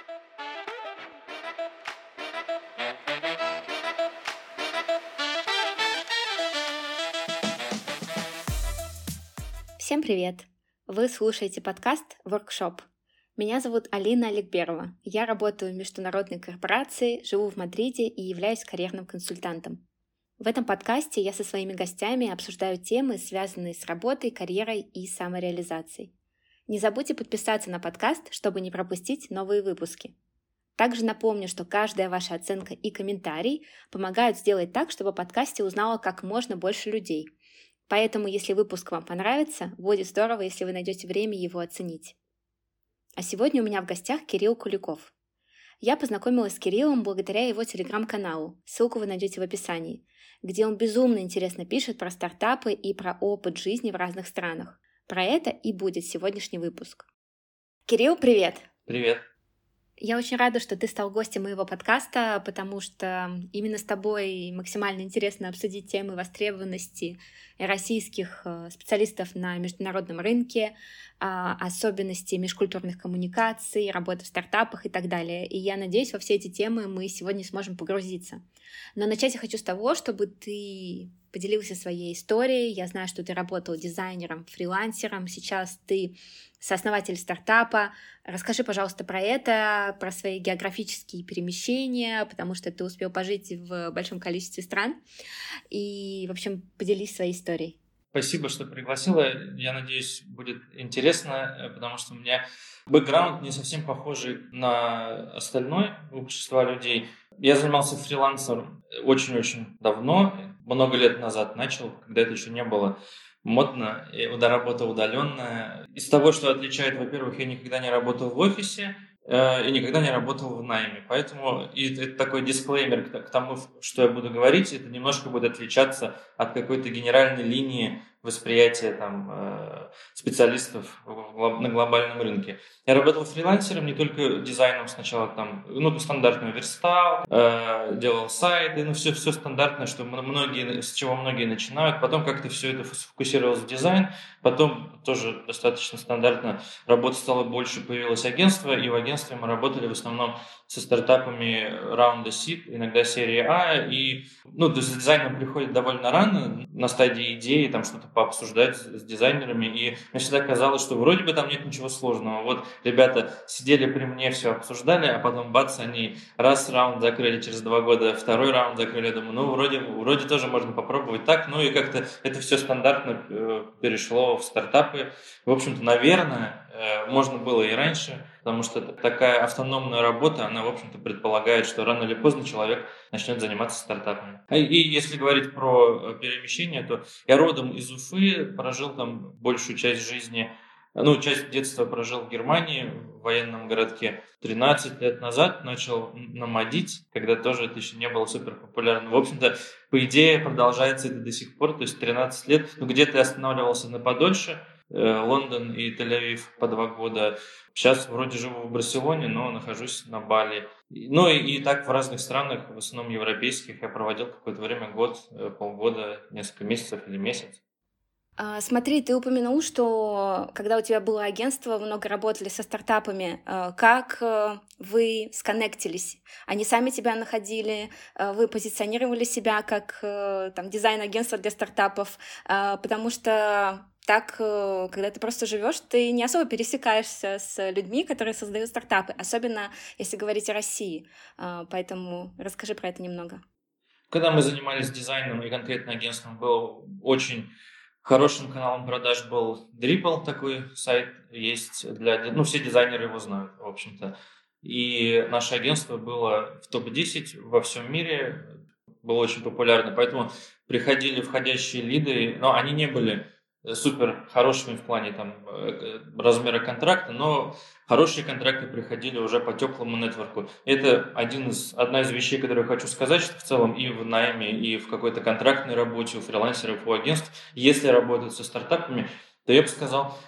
Всем привет! Вы слушаете подкаст «Воркшоп». Меня зовут Алина Аликберова. Я работаю в международной корпорации, живу в Мадриде и являюсь карьерным консультантом. В этом подкасте я со своими гостями обсуждаю темы, связанные с работой, карьерой и самореализацией. Не забудьте подписаться на подкаст, чтобы не пропустить новые выпуски. Также напомню, что каждая ваша оценка и комментарий помогают сделать так, чтобы о подкасте узнало как можно больше людей. Поэтому, если выпуск вам понравится, будет здорово, если вы найдете время его оценить. А сегодня у меня в гостях Кирилл Куликов. Я познакомилась с Кириллом благодаря его телеграм-каналу, ссылку вы найдете в описании, где он безумно интересно пишет про стартапы и про опыт жизни в разных странах. Про это и будет сегодняшний выпуск. Кирилл, привет! Привет! Я очень рада, что ты стал гостем моего подкаста, потому что именно с тобой максимально интересно обсудить темы востребованности российских специалистов на международном рынке, особенности межкультурных коммуникаций, работы в стартапах и так далее. И я надеюсь, во все эти темы мы сегодня сможем погрузиться. Но начать я хочу с того, чтобы ты поделился своей историей. Я знаю, что ты работал дизайнером, фрилансером, сейчас ты сооснователь стартапа. Расскажи, пожалуйста, про это, про свои географические перемещения, потому что ты успел пожить в большом количестве стран. И, в общем, поделись своей историей. Спасибо, что пригласила. Я надеюсь, будет интересно, потому что у меня бэкграунд не совсем похожий на остальное общество людей. Я занимался фрилансом очень-очень давно, много лет назад начал, когда это еще не было модно, и работа удаленная. Из того, что отличает, во-первых, я никогда не работал в офисе и никогда не работал в найме. Поэтому это такой дисклеймер к тому, что я буду говорить, это немножко будет отличаться от какой-то генеральной линии восприятия специалистов на глобальном рынке. Я работал фрилансером, не только дизайном сначала, стандартный верстал, делал сайты, все стандартное, с чего многие начинают. Потом как-то все это сфокусировалось в дизайн. Потом тоже достаточно стандартно работы стало больше, появилось агентство, и в агентстве мы работали в основном со стартапами раунда Seed, иногда серии А, и то есть дизайном приходит довольно рано, на стадии идеи, там что-то пообсуждать с дизайнерами, и мне всегда казалось, что вроде бы там нет ничего сложного. Вот ребята сидели при мне, все обсуждали, а потом бац, они раз раунд закрыли, через 2 года второй раунд закрыли, я думаю, вроде тоже можно попробовать так, и как-то это все стандартно перешло в стартапы. В общем-то, наверное, можно было и раньше, потому что такая автономная работа, она, в общем-то, предполагает, что рано или поздно человек начнет заниматься стартапами. И если говорить про перемещение, то я родом из Уфы, прожил там большую часть жизни, часть детства прожил в Германии, в военном городке. 13 лет назад начал номадить, когда тоже это еще не было супер популярно. В общем-то, по идее, продолжается это до сих пор, то есть 13 лет. Где-то я останавливался на подольше, Лондон и Тель-Авив по 2 года. Сейчас вроде живу в Барселоне, но нахожусь на Бали. И так в разных странах, в основном европейских, я проводил какое-то время, год, полгода, несколько месяцев или месяц. Смотри, ты упомянул, что когда у тебя было агентство, вы много работали со стартапами. Как вы сконнектились? Они сами тебя находили? Вы позиционировали себя как дизайн-агентство для стартапов? Потому что так, когда ты просто живешь, ты не особо пересекаешься с людьми, которые создают стартапы, особенно если говорить о России. Поэтому расскажи про это немного. Когда мы занимались дизайном и конкретно агентством, был очень хорошим каналом продаж был Dribble, такой сайт есть все дизайнеры его знают, в общем-то. И наше агентство было в топ-10 во всем мире, было очень популярно, поэтому приходили входящие лиды, но они не были супер хорошими в плане размера контракта, но хорошие контракты приходили уже по теплому нетворку. Это одна из вещей, которые я хочу сказать, что в целом и в найме, и в какой-то контрактной работе у фрилансеров, у агентств, если работают со стартапами, то я бы сказал,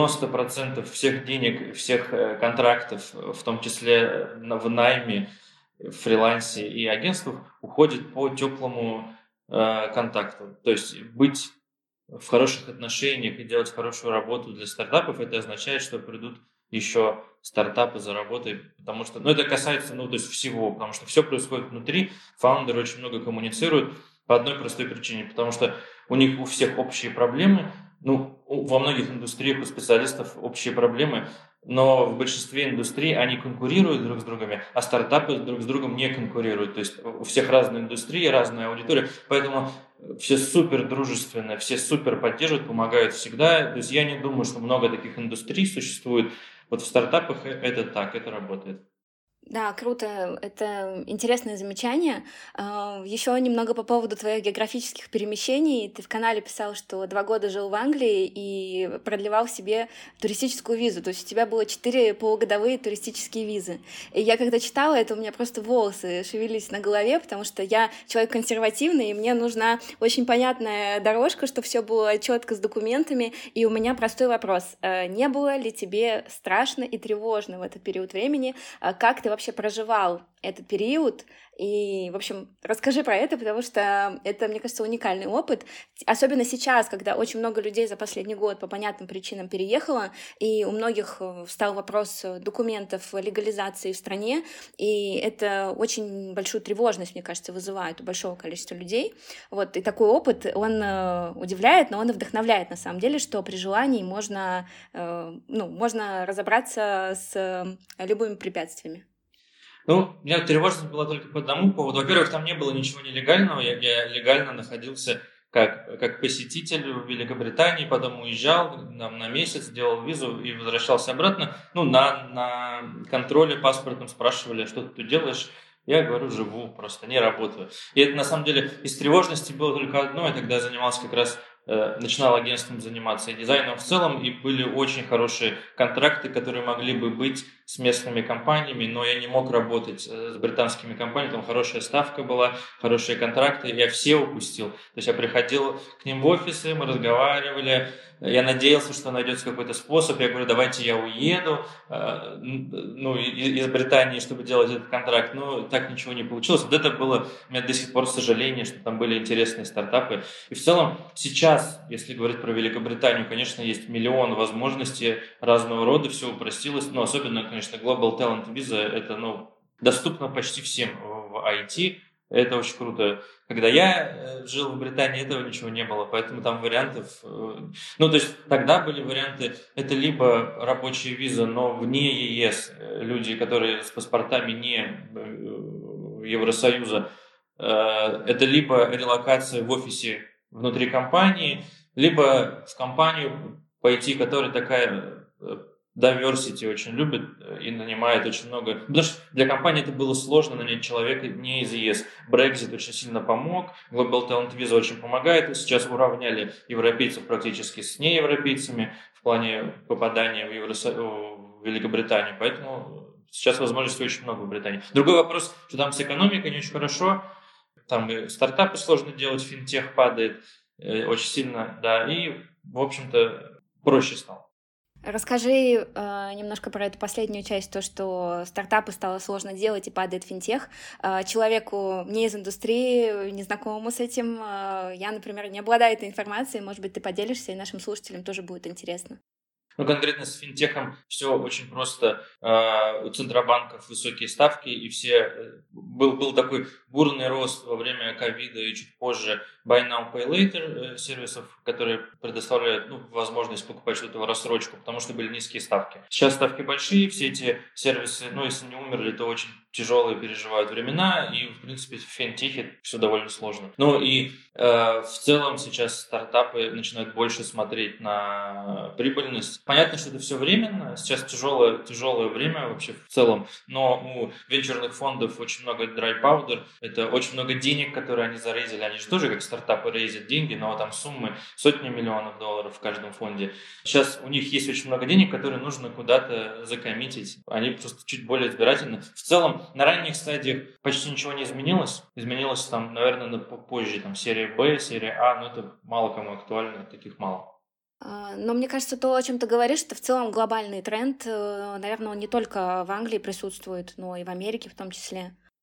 90% всех денег, всех контрактов, в том числе в найме, в фрилансе и агентствах, уходит по теплому контакту. То есть быть в хороших отношениях и делать хорошую работу для стартапов, это означает, что придут еще стартапы, заработай, потому что, это касается, то есть всего, потому что все происходит внутри, фаундеры очень много коммуницируют по одной простой причине, потому что у них у всех общие проблемы, во многих индустриях у специалистов общие проблемы, но в большинстве индустрий они конкурируют друг с другом, а стартапы друг с другом не конкурируют. То есть у всех разные индустрии, разная аудитория, поэтому все супер дружественные, все супер поддерживают, помогают всегда. То есть я не думаю, что много таких индустрий существует. Вот в стартапах это так, это работает. Да, круто. Это интересное замечание. Еще немного по поводу твоих географических перемещений. Ты в канале писал, что 2 года жил в Англии и продлевал себе туристическую визу. То есть у тебя было 4 полугодовые туристические визы. И я когда читала это, у меня просто волосы шевелились на голове, потому что я человек консервативный, и мне нужна очень понятная дорожка, чтобы все было четко с документами. И у меня простой вопрос. Не было ли тебе страшно и тревожно в этот период времени? Как ты вообще проживал этот период? И, в общем, расскажи про это, потому что это, мне кажется, уникальный опыт. Особенно сейчас, когда очень много людей за последний год по понятным причинам переехало, и у многих встал вопрос документов, легализации в стране, и это очень большую тревожность, мне кажется, вызывает у большого количества людей. Вот, и такой опыт, он удивляет, но он и вдохновляет, на самом деле, что при желании можно разобраться с любыми препятствиями. У меня тревожность была только по одному поводу. Во-первых, там не было ничего нелегального. Я легально находился как посетитель в Великобритании, потом уезжал на месяц, делал визу и возвращался обратно. На контроле паспортном спрашивали, что ты тут делаешь. Я говорю, живу, просто не работаю. И это на самом деле из тревожности было только одно. Я тогда занимался как раз начинал агентством заниматься и дизайном в целом, и были очень хорошие контракты, которые могли бы быть с местными компаниями, но я не мог работать с британскими компаниями, там хорошая ставка была, хорошие контракты, я все упустил. То есть я приходил к ним в офисы, мы разговаривали, я надеялся, что найдется какой-то способ, я говорю, давайте я уеду, из Британии, чтобы делать этот контракт, но так ничего не получилось. Вот это было у меня до сих пор сожаление, что там были интересные стартапы. И в целом сейчас, если говорить про Великобританию, конечно, есть миллион возможностей разного рода, все упростилось, но особенно, конечно, Global Talent Visa, это доступно почти всем в IT. Это очень круто. Когда я жил в Британии, этого ничего не было, поэтому там вариантов... то есть тогда были варианты, это либо рабочая виза, но вне ЕС, люди, которые с паспортами не Евросоюза, это либо релокация в офисе внутри компании, либо в компанию пойти, которая такая diversity очень любит и нанимает очень много. Потому что для компании это было сложно нанять человека не из ЕС. Брексит очень сильно помог, Global Talent Visa очень помогает. И сейчас уравняли европейцев практически с неевропейцами в плане попадания в Великобританию. Поэтому сейчас возможностей очень много в Британии. Другой вопрос, что там с экономикой не очень хорошо. Там и стартапы сложно делать, финтех падает очень сильно, да, и, в общем-то, проще стало. Расскажи немножко про эту последнюю часть, то, что стартапы стало сложно делать и падает финтех. Человеку не из индустрии, незнакомому с этим, я, например, не обладаю этой информацией, может быть, ты поделишься, и нашим слушателям тоже будет интересно. Конкретно с финтехом все очень просто. У центробанков высокие ставки, и был такой бурный рост во время ковида и чуть позже Buy Now, Pay Later сервисов, которые предоставляют возможность покупать что-то в рассрочку, потому что были низкие ставки. Сейчас ставки большие, все эти сервисы, если не умерли, то очень тяжелые переживают времена, и, в принципе, в финтехе все довольно сложно. В целом сейчас стартапы начинают больше смотреть на прибыльность. Понятно, что это все временно, сейчас тяжелое время вообще в целом, но у венчурных фондов очень много dry powder, это очень много денег, которые они зарейзили, они же тоже как стартапы рейзят деньги, но там суммы сотни миллионов долларов в каждом фонде. Сейчас у них есть очень много денег, которые нужно куда-то закоммитить, они просто чуть более избирательны. В целом, на ранних стадиях почти ничего не изменилось, изменилось там, наверное, позже, там серия Б, серия А, но это мало кому актуально, таких мало. Но мне кажется, то, о чем ты говоришь, это в целом глобальный тренд. Наверное, он не только в Англии присутствует, но и в Америке в том числе.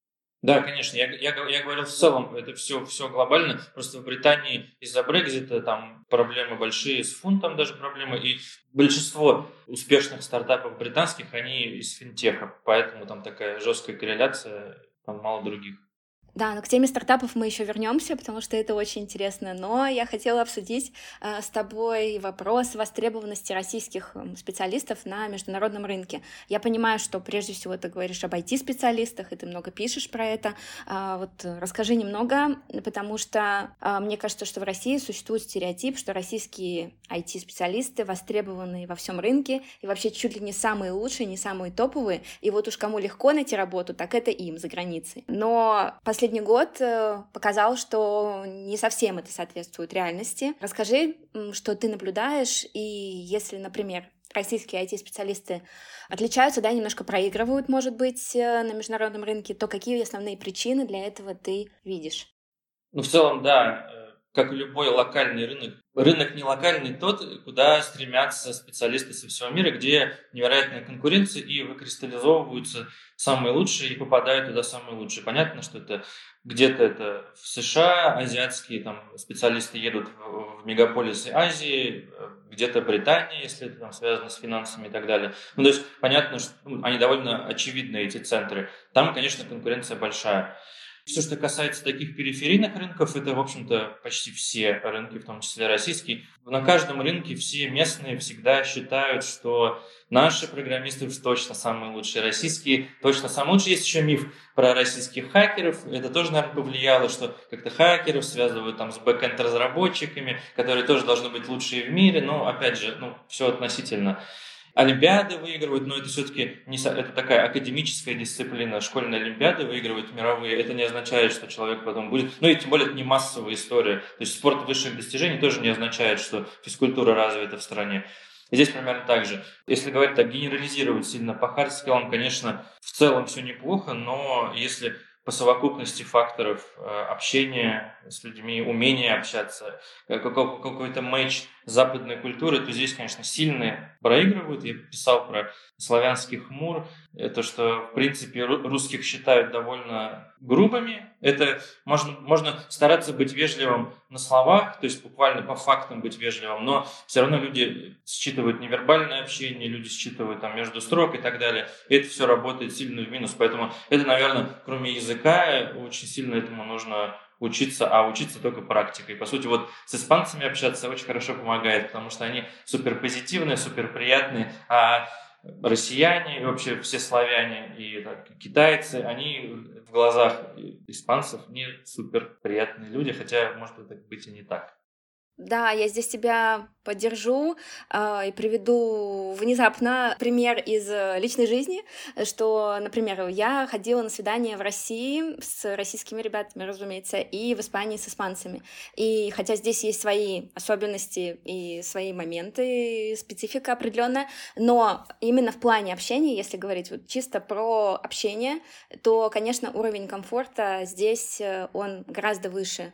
Да, конечно. Я говорил в целом, это все глобально. Просто в Британии из-за Брексита там проблемы большие, с фунтом даже проблемы. И большинство успешных стартапов британских, они из финтеха. Поэтому там такая жесткая корреляция, там мало других. Да, но к теме стартапов мы еще вернемся, потому что это очень интересно. Но я хотела обсудить с тобой вопрос востребованности российских специалистов на международном рынке. Я понимаю, что прежде всего ты говоришь об IT-специалистах, и ты много пишешь про это. Вот расскажи немного, потому что мне кажется, что в России существует стереотип, что российские IT-специалисты востребованы во всем рынке, и вообще чуть ли не самые лучшие, не самые топовые. И вот уж кому легко найти работу, так это им за границей. Но последний год показал, что не совсем это соответствует реальности. Расскажи, что ты наблюдаешь, и если, например, российские IT-специалисты отличаются, да, немножко проигрывают, может быть, на международном рынке, то какие основные причины для этого ты видишь? Ну, в целом, да, как и любой локальный рынок, рынок не локальный тот, куда стремятся специалисты со всего мира, где невероятная конкуренция и выкристаллизовываются самые лучшие и попадают туда самые лучшие. Понятно, что это где-то это в США, азиатские там специалисты едут в мегаполисы Азии, где-то Британия, если это там связано с финансами и так далее. Ну, то есть понятно, что они довольно очевидны, эти центры. Там, конечно, конкуренция большая. Все, что касается таких периферийных рынков, это, в общем-то, почти все рынки, в том числе российский. На каждом рынке все местные всегда считают, что наши программисты уж точно самые лучшие, российские точно самые лучшие. Есть еще миф про российских хакеров. Это тоже, наверное, повлияло, что как-то хакеров связывают там с бэкэнд-разработчиками, которые тоже должны быть лучшие в мире. Но, опять же, все относительно. Олимпиады выигрывают, но это все-таки не, это такая академическая дисциплина. Школьные олимпиады выигрывают мировые. Это не означает, что человек потом будет... Ну и тем более это не массовая история. То есть спорт высших достижений тоже не означает, что физкультура развита в стране. И здесь примерно так же. Если говорить так, генерализировать сильно по хардскиллам, конечно, в целом все неплохо, но если по совокупности факторов общения с людьми, умения общаться, какой-то матч западной культуры, то здесь, конечно, сильные проигрывают. Я писал про славянский хмур, то, что, в принципе, русских считают довольно грубыми. Это можно стараться быть вежливым на словах, то есть буквально по фактам быть вежливым, но все равно люди считывают невербальное общение, люди считывают там между строк и так далее. И это все работает сильно в минус. Поэтому это, наверное, кроме языка, очень сильно этому нужно учиться, а учиться только практикой. По сути, вот с испанцами общаться очень хорошо помогает, потому что они супер позитивные, супер приятные, а россияне и вообще все славяне и так, китайцы, они в глазах испанцев не супер приятные люди, хотя, может быть и не так. Да, я здесь тебя поддержу и приведу внезапно пример из личной жизни, что, например, я ходила на свидание в России с российскими ребятами, разумеется, и в Испании с испанцами. И хотя здесь есть свои особенности и свои моменты, и специфика определенная, но именно в плане общения, если говорить вот чисто про общение, то, конечно, уровень комфорта здесь он гораздо выше,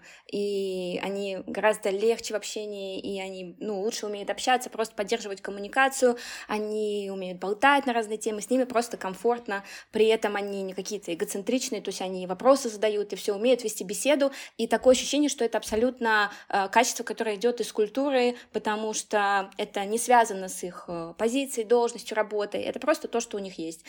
и они гораздо легче в общении, и они, лучше умеют общаться, просто поддерживать коммуникацию, они умеют болтать на разные темы, с ними просто комфортно, при этом они не какие-то эгоцентричные, то есть они вопросы задают и все умеют вести беседу, и такое ощущение, что это абсолютно качество, которое идет из культуры, потому что это не связано с их позицией, должностью, работой, это просто то, что у них есть.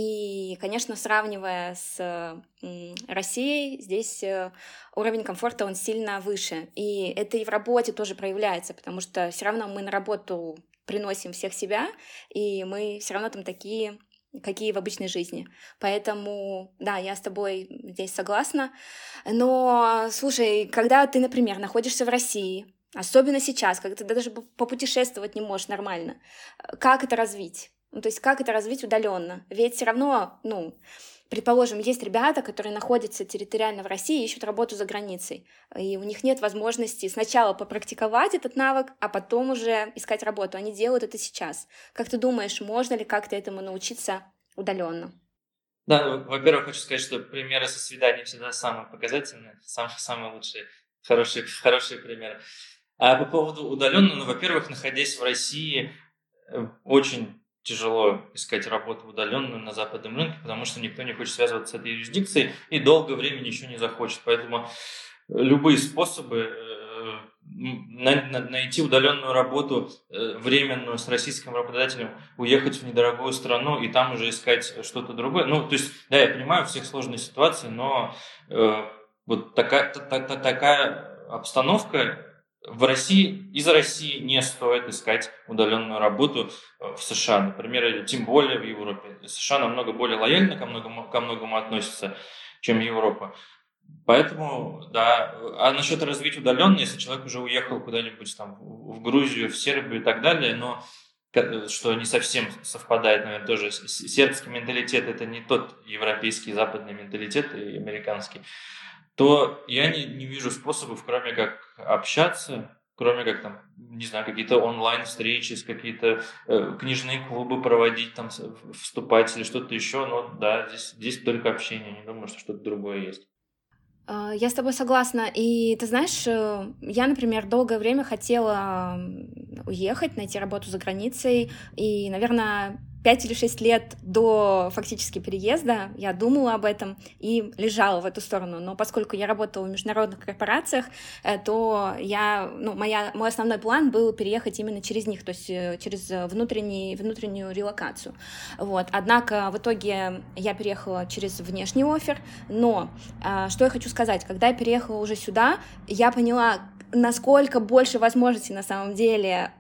И, конечно, сравнивая с Россией, здесь уровень комфорта, он сильно выше. И это и в работе тоже проявляется, потому что все равно мы на работу приносим всех себя, и мы все равно там такие, какие в обычной жизни. Поэтому, да, я с тобой здесь согласна. Но, слушай, когда ты, например, находишься в России, особенно сейчас, когда ты даже попутешествовать не можешь нормально, как это развить? То есть как это развить удаленно? Ведь все равно, предположим, есть ребята, которые находятся территориально в России и ищут работу за границей, и у них нет возможности сначала попрактиковать этот навык, а потом уже искать работу. Они делают это сейчас. Как ты думаешь, можно ли как-то этому научиться удаленно? Да, во-первых, хочу сказать, что примеры со свиданий всегда самые показательные, самые лучшие, хорошие примеры. А по поводу удаленно, во-первых, находясь в России, очень тяжело искать работу удаленную на западном рынке, потому что никто не хочет связываться с этой юрисдикцией и долгое время еще не захочет. Поэтому любые способы найти удаленную работу временную с российским работодателем, уехать в недорогую страну и там уже искать что-то другое. То есть, да, я понимаю, у всех сложные ситуации, но вот такая обстановка в России, из России не стоит искать удаленную работу в США, например, или тем более в Европе. США намного более лояльно ко многому относятся, чем Европа. Поэтому, да. А насчет развить удаленно, если человек уже уехал куда-нибудь там в Грузию, в Сербию и так далее, но что не совсем совпадает, наверное, тоже. Сербский менталитет – это не тот европейский западный менталитет и американский, то я не вижу способов, кроме как общаться, кроме как там, не знаю, какие-то онлайн-встречи, какие-то книжные клубы проводить, там, вступать или что-то еще. Но да, здесь только общение, не думаю, что что-то другое есть. Я с тобой согласна. И ты знаешь, я, например, долгое время хотела уехать, найти работу за границей. И, наверное, 5 или 6 лет до фактически переезда я думала об этом и лежала в эту сторону. Но поскольку я работала в международных корпорациях, то мой основной план был переехать именно через них, то есть через внутреннюю релокацию. Вот. Однако в итоге я переехала через внешний оффер. Но что я хочу сказать, когда я переехала уже сюда, я поняла, насколько больше возможностей на самом деле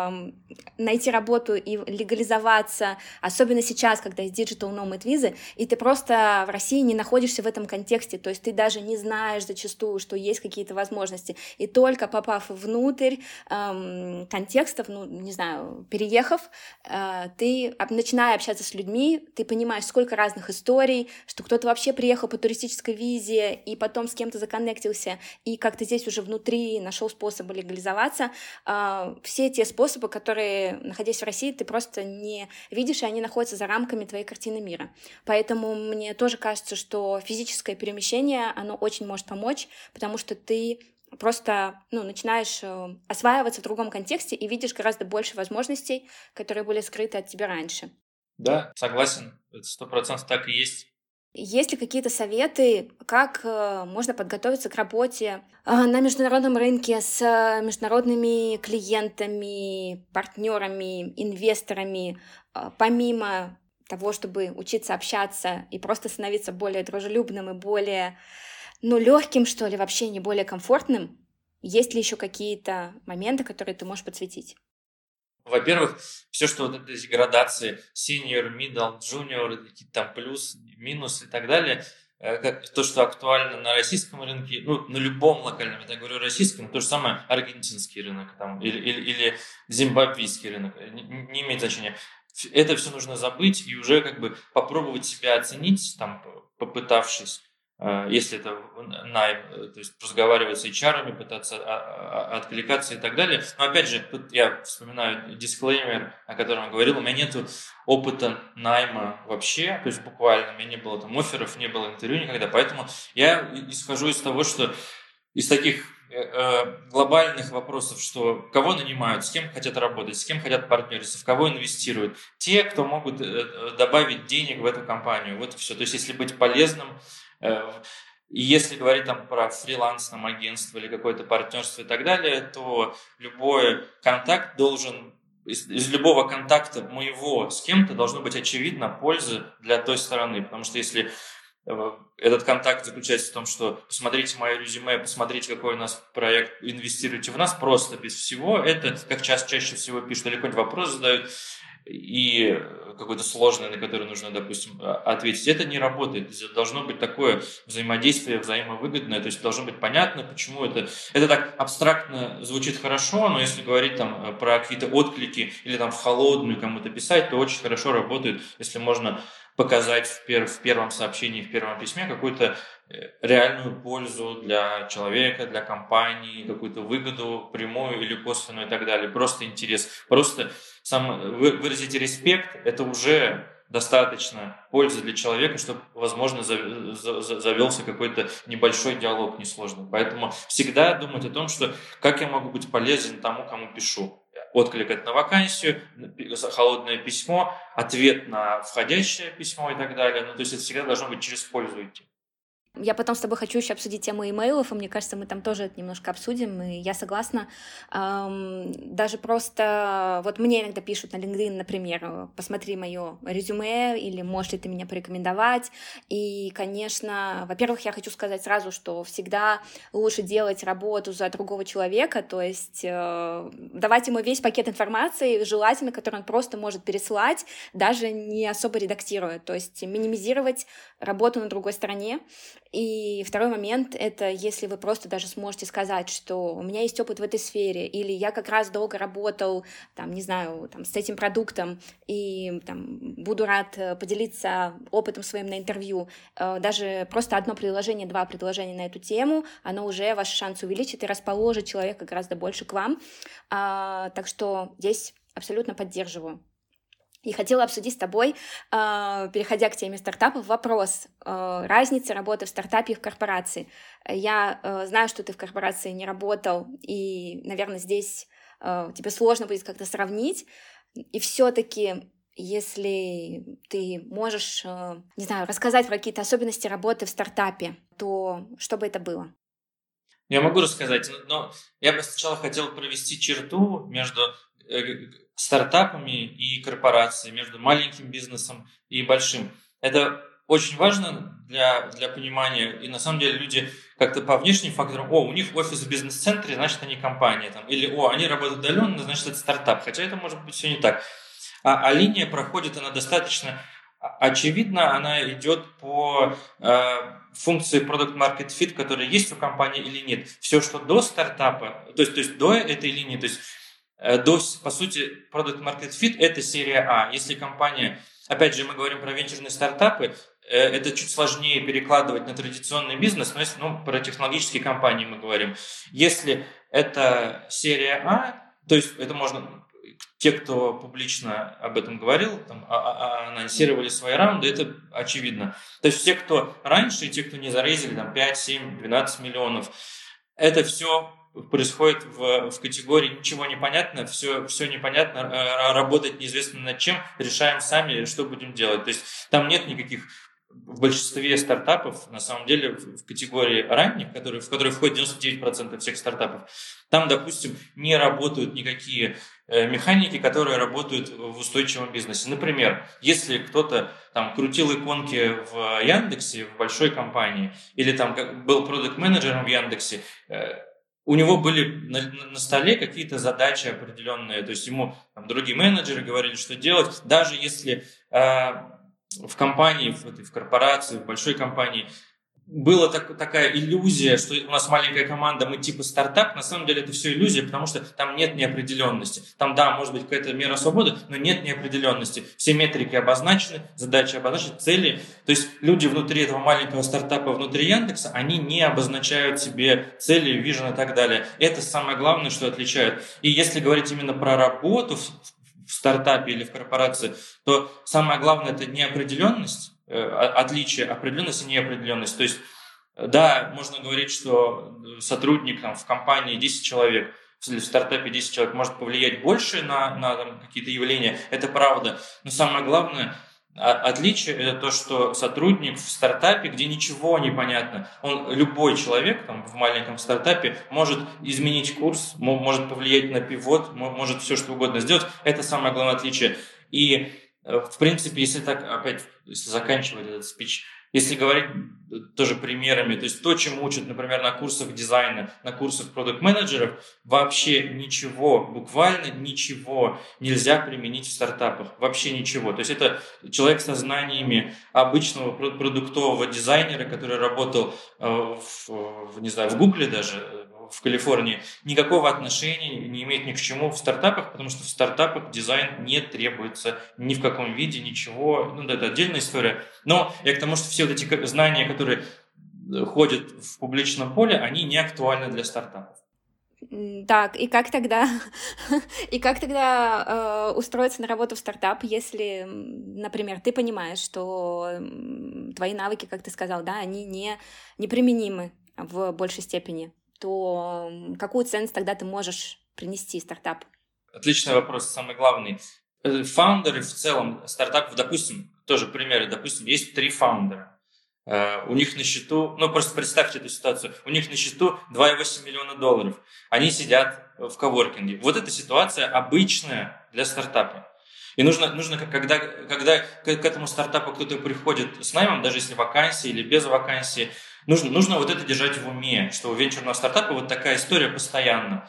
найти работу и легализоваться, особенно сейчас, когда есть digital nomad визы, и ты просто в России не находишься в этом контексте, то есть ты даже не знаешь зачастую, что есть какие-то возможности, и только попав внутрь контекстов, переехав, ты, начиная общаться с людьми, ты понимаешь, сколько разных историй, что кто-то вообще приехал по туристической визе и потом с кем-то законнектился, и как-то здесь уже внутри нашел способы легализоваться. Все те способы, которые, находясь в России, ты просто не видишь, и они находятся за рамками твоей картины мира. Поэтому мне тоже кажется, что физическое перемещение, оно очень может помочь, потому что ты просто начинаешь осваиваться в другом контексте и видишь гораздо больше возможностей, которые были скрыты от тебя раньше. Да, согласен, это 100% так и есть. Есть ли какие-то советы, как можно подготовиться к работе на международном рынке с международными клиентами, партнерами, инвесторами, помимо того, чтобы учиться общаться и просто становиться более дружелюбным и более, легким, что ли, в общении, более комфортным? Есть ли еще какие-то моменты, которые ты можешь подсветить? Во-первых, все, что вот эти градации senior, middle, junior, какие-то там плюс, минус и так далее, как то, что актуально на российском рынке, на любом локальном, я говорю российском, то же самое аргентинский рынок там, или зимбабвийский рынок, не имеет значения. Это все нужно забыть и уже попробовать себя оценить, там, попытавшись. Если это найм, то есть разговаривать с HR, пытаться откликаться и так далее. Но опять же, тут я вспоминаю дисклеймер, о котором я говорил, у меня нет опыта найма вообще, то есть буквально, у меня не было там офферов, не было интервью никогда, поэтому я исхожу из того, что из таких глобальных вопросов, что кого нанимают, с кем хотят работать, с кем хотят партнериться, в кого инвестируют. Те, кто могут добавить денег в эту компанию. Вот и все. То есть, если быть полезным, и если говорить там про фриланс, агентство или какое-то партнерство и так далее, то любой контакт должен, из любого контакта моего с кем-то должно быть очевидна польза для той стороны. Потому что если этот контакт заключается в том, что посмотрите мое резюме, посмотрите, какой у нас проект, инвестируйте в нас просто без всего. Это, как чаще всего пишут, или какой-нибудь вопрос задают, и какой-то сложный, на который нужно, допустим, ответить. Это не работает. Должно быть такое взаимодействие взаимовыгодное, то есть должно быть понятно, почему это так абстрактно звучит хорошо, но если говорить там про какие-то отклики или там в холодную кому-то писать, то очень хорошо работает, если можно показать в первом сообщении, в первом письме какую-то реальную пользу для человека, для компании, какую-то выгоду прямую или косвенную и так далее. Просто интерес. Просто выразить респект – это уже достаточно пользы для человека, чтобы, возможно, завелся какой-то небольшой диалог несложный. Поэтому всегда думать о том, что как я могу быть полезен тому, кому пишу. отклик на вакансию, холодное письмо, ответ на входящее письмо и так далее. Ну, то есть это всегда должно быть через пользу идти. Я потом с тобой хочу еще обсудить тему имейлов, и мне кажется, мы там тоже это немножко обсудим, и я согласна. Даже просто, вот мне иногда пишут на LinkedIn, например, посмотри мое резюме, или можешь ли ты меня порекомендовать, и, конечно, во-первых, я хочу сказать сразу, что всегда лучше делать работу за другого человека, то есть давать ему весь пакет информации, желательно, который он просто может переслать, даже не особо редактируя, то есть минимизировать работу на другой стороне. И второй момент — это если вы просто даже сможете сказать, что у меня есть опыт в этой сфере, или я как раз долго работал, там, не знаю, там, с этим продуктом, и там, буду рад поделиться опытом своим на интервью. Даже просто одно предложение, два предложения на эту тему, оно уже ваши шансы увеличит и расположит человека гораздо больше к вам. Так что здесь абсолютно поддерживаю. И хотела обсудить с тобой, переходя к теме стартапов, вопрос разницы работы в стартапе и в корпорации. Я знаю, что ты в корпорации не работал, и, наверное, здесь тебе сложно будет как-то сравнить. И все-таки, если ты можешь, не знаю, рассказать про какие-то особенности работы в стартапе, то что бы это было? Я могу рассказать, но я бы сначала хотел провести черту между стартапами и корпорацией, между маленьким бизнесом и большим. Это очень важно для понимания. И на самом деле люди как-то по внешним факторам, у них офис в бизнес-центре, значит, они компания. Там, или, они работают удаленно, значит, это стартап. Хотя это может быть все не так. А линия проходит, она достаточно очевидно, она идет по функции Product Market Fit, которая есть у компании или нет. Все, что до стартапа, то есть до этой линии, то есть по сути, Product Market Fit – это серия А. Если компания, опять же, мы говорим про венчурные стартапы, это чуть сложнее перекладывать на традиционный бизнес, но если, про технологические компании мы говорим. Если это серия А, то есть это можно, те, кто публично об этом говорил, там, анонсировали свои раунды, это очевидно. То есть те, кто раньше, и те, кто не зарейзили там 5, 7, 12 миллионов, это все происходит в категории ничего не понятно, все непонятно, работать неизвестно над чем, решаем сами, что будем делать. То есть там нет никаких в большинстве стартапов, на самом деле, в категории ранних, в которые входит 99% всех стартапов, там, допустим, не работают никакие механики, которые работают в устойчивом бизнесе. Например, если кто-то там крутил иконки в Яндексе, в большой компании, или там был продакт-менеджером в Яндексе, у него были на столе какие-то задачи определенные, то есть ему там, другие менеджеры говорили, что делать, даже если в компании, в корпорации, в большой компании была такая иллюзия, что у нас маленькая команда, мы типа стартап, на самом деле это все иллюзия, потому что там нет неопределенности. Там, да, может быть какая-то мера свободы, но нет неопределенности. Все метрики обозначены, задачи обозначены, цели. То есть люди внутри этого маленького стартапа, внутри Яндекса, они не обозначают себе цели, вижен и так далее. Это самое главное, что отличает. И если говорить именно про работу в стартапе или в корпорации, то самое главное – это неопределенность, отличие определенности и неопределенности. То есть, да, можно говорить, что сотрудник там, в компании 10 человек, в стартапе 10 человек может повлиять больше на там, какие-то явления, это правда. Но самое главное отличие – это то, что сотрудник в стартапе, где ничего не понятно, любой человек там, в маленьком стартапе может изменить курс, может повлиять на пивот, может все что угодно сделать. Это самое главное отличие. И в принципе, если заканчивать этот спич, если говорить тоже примерами, то есть то, чему учат, например, на курсах дизайна, на курсах продакт-менеджеров, вообще ничего, буквально ничего нельзя применить в стартапах. Вообще ничего. То есть это человек со знаниями обычного продуктового дизайнера, который работал в Гугле даже, в Калифорнии, никакого отношения не имеет ни к чему в стартапах, потому что в стартапах дизайн не требуется ни в каком виде, ничего. Это отдельная история. Но я к тому, что все вот эти знания, которые ходят в публичном поле, они не актуальны для стартапов. Так, и как тогда устроиться на работу в стартап, если, например, ты понимаешь, что твои навыки, как ты сказал, да, они неприменимы в большей степени, то какую ценность тогда ты можешь принести стартапу? Отличный вопрос, самый главный. Фаундеры в целом стартапов, допустим, тоже примеры, допустим, есть 3 фаундера. У них на счету, просто представьте эту ситуацию, у них на счету $2,8 миллиона. Они сидят в коворкинге. Вот эта ситуация обычная для стартапа. И нужно когда к этому стартапу кто-то приходит с наймом, даже если вакансии или без вакансии, нужно вот это держать в уме, что у венчурного стартапа вот такая история постоянно.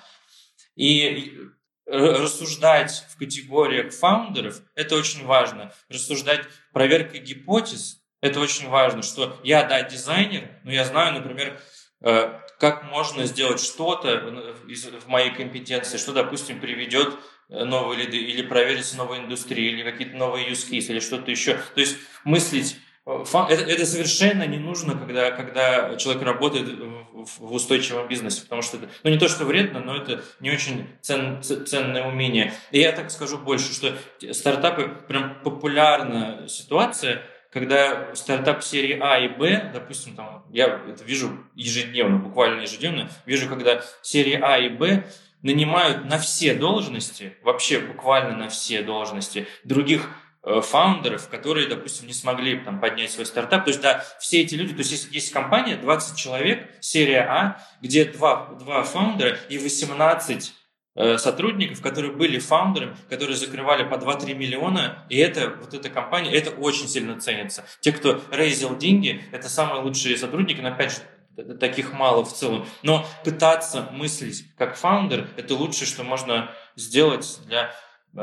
И рассуждать в категориях фаундеров – это очень важно. Рассуждать проверкой гипотез – это очень важно, что я, дизайнер, но я знаю, например, как можно сделать что-то в моей компетенции, что, допустим, приведет новые лиды, или проверить новые индустрии, или какие-то новые use cases, или что-то еще. То есть мыслить это совершенно не нужно, когда человек работает в устойчивом бизнесе, потому что это, не то, что вредно, но это не очень ценное умение. И я так скажу больше, что стартапы, прям популярная ситуация, когда стартап серии А и Б, допустим, я это вижу ежедневно, буквально ежедневно, вижу, когда серии А и Б нанимают на все должности, вообще буквально на все должности других фаундеров, которые, допустим, не смогли поднять свой стартап. То есть, все эти люди, то есть, есть компания, 20 человек, серия А, где два фаундера и 18 сотрудников, которые были фаундерами, которые закрывали по 2-3 миллиона, и вот эта компания, это очень сильно ценится. Те, кто рейзил деньги, это самые лучшие сотрудники, но опять же, таких мало в целом. Но пытаться мыслить как фаундер, это лучшее, что можно сделать для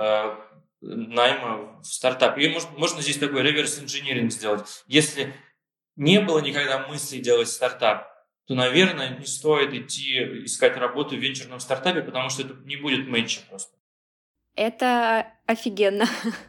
найма в стартап. И можно здесь такой реверс-инжиниринг сделать. Если не было никогда мысли делать стартап, то, наверное, не стоит идти искать работу в венчурном стартапе, потому что это не будет мэтча просто. Это офигенно.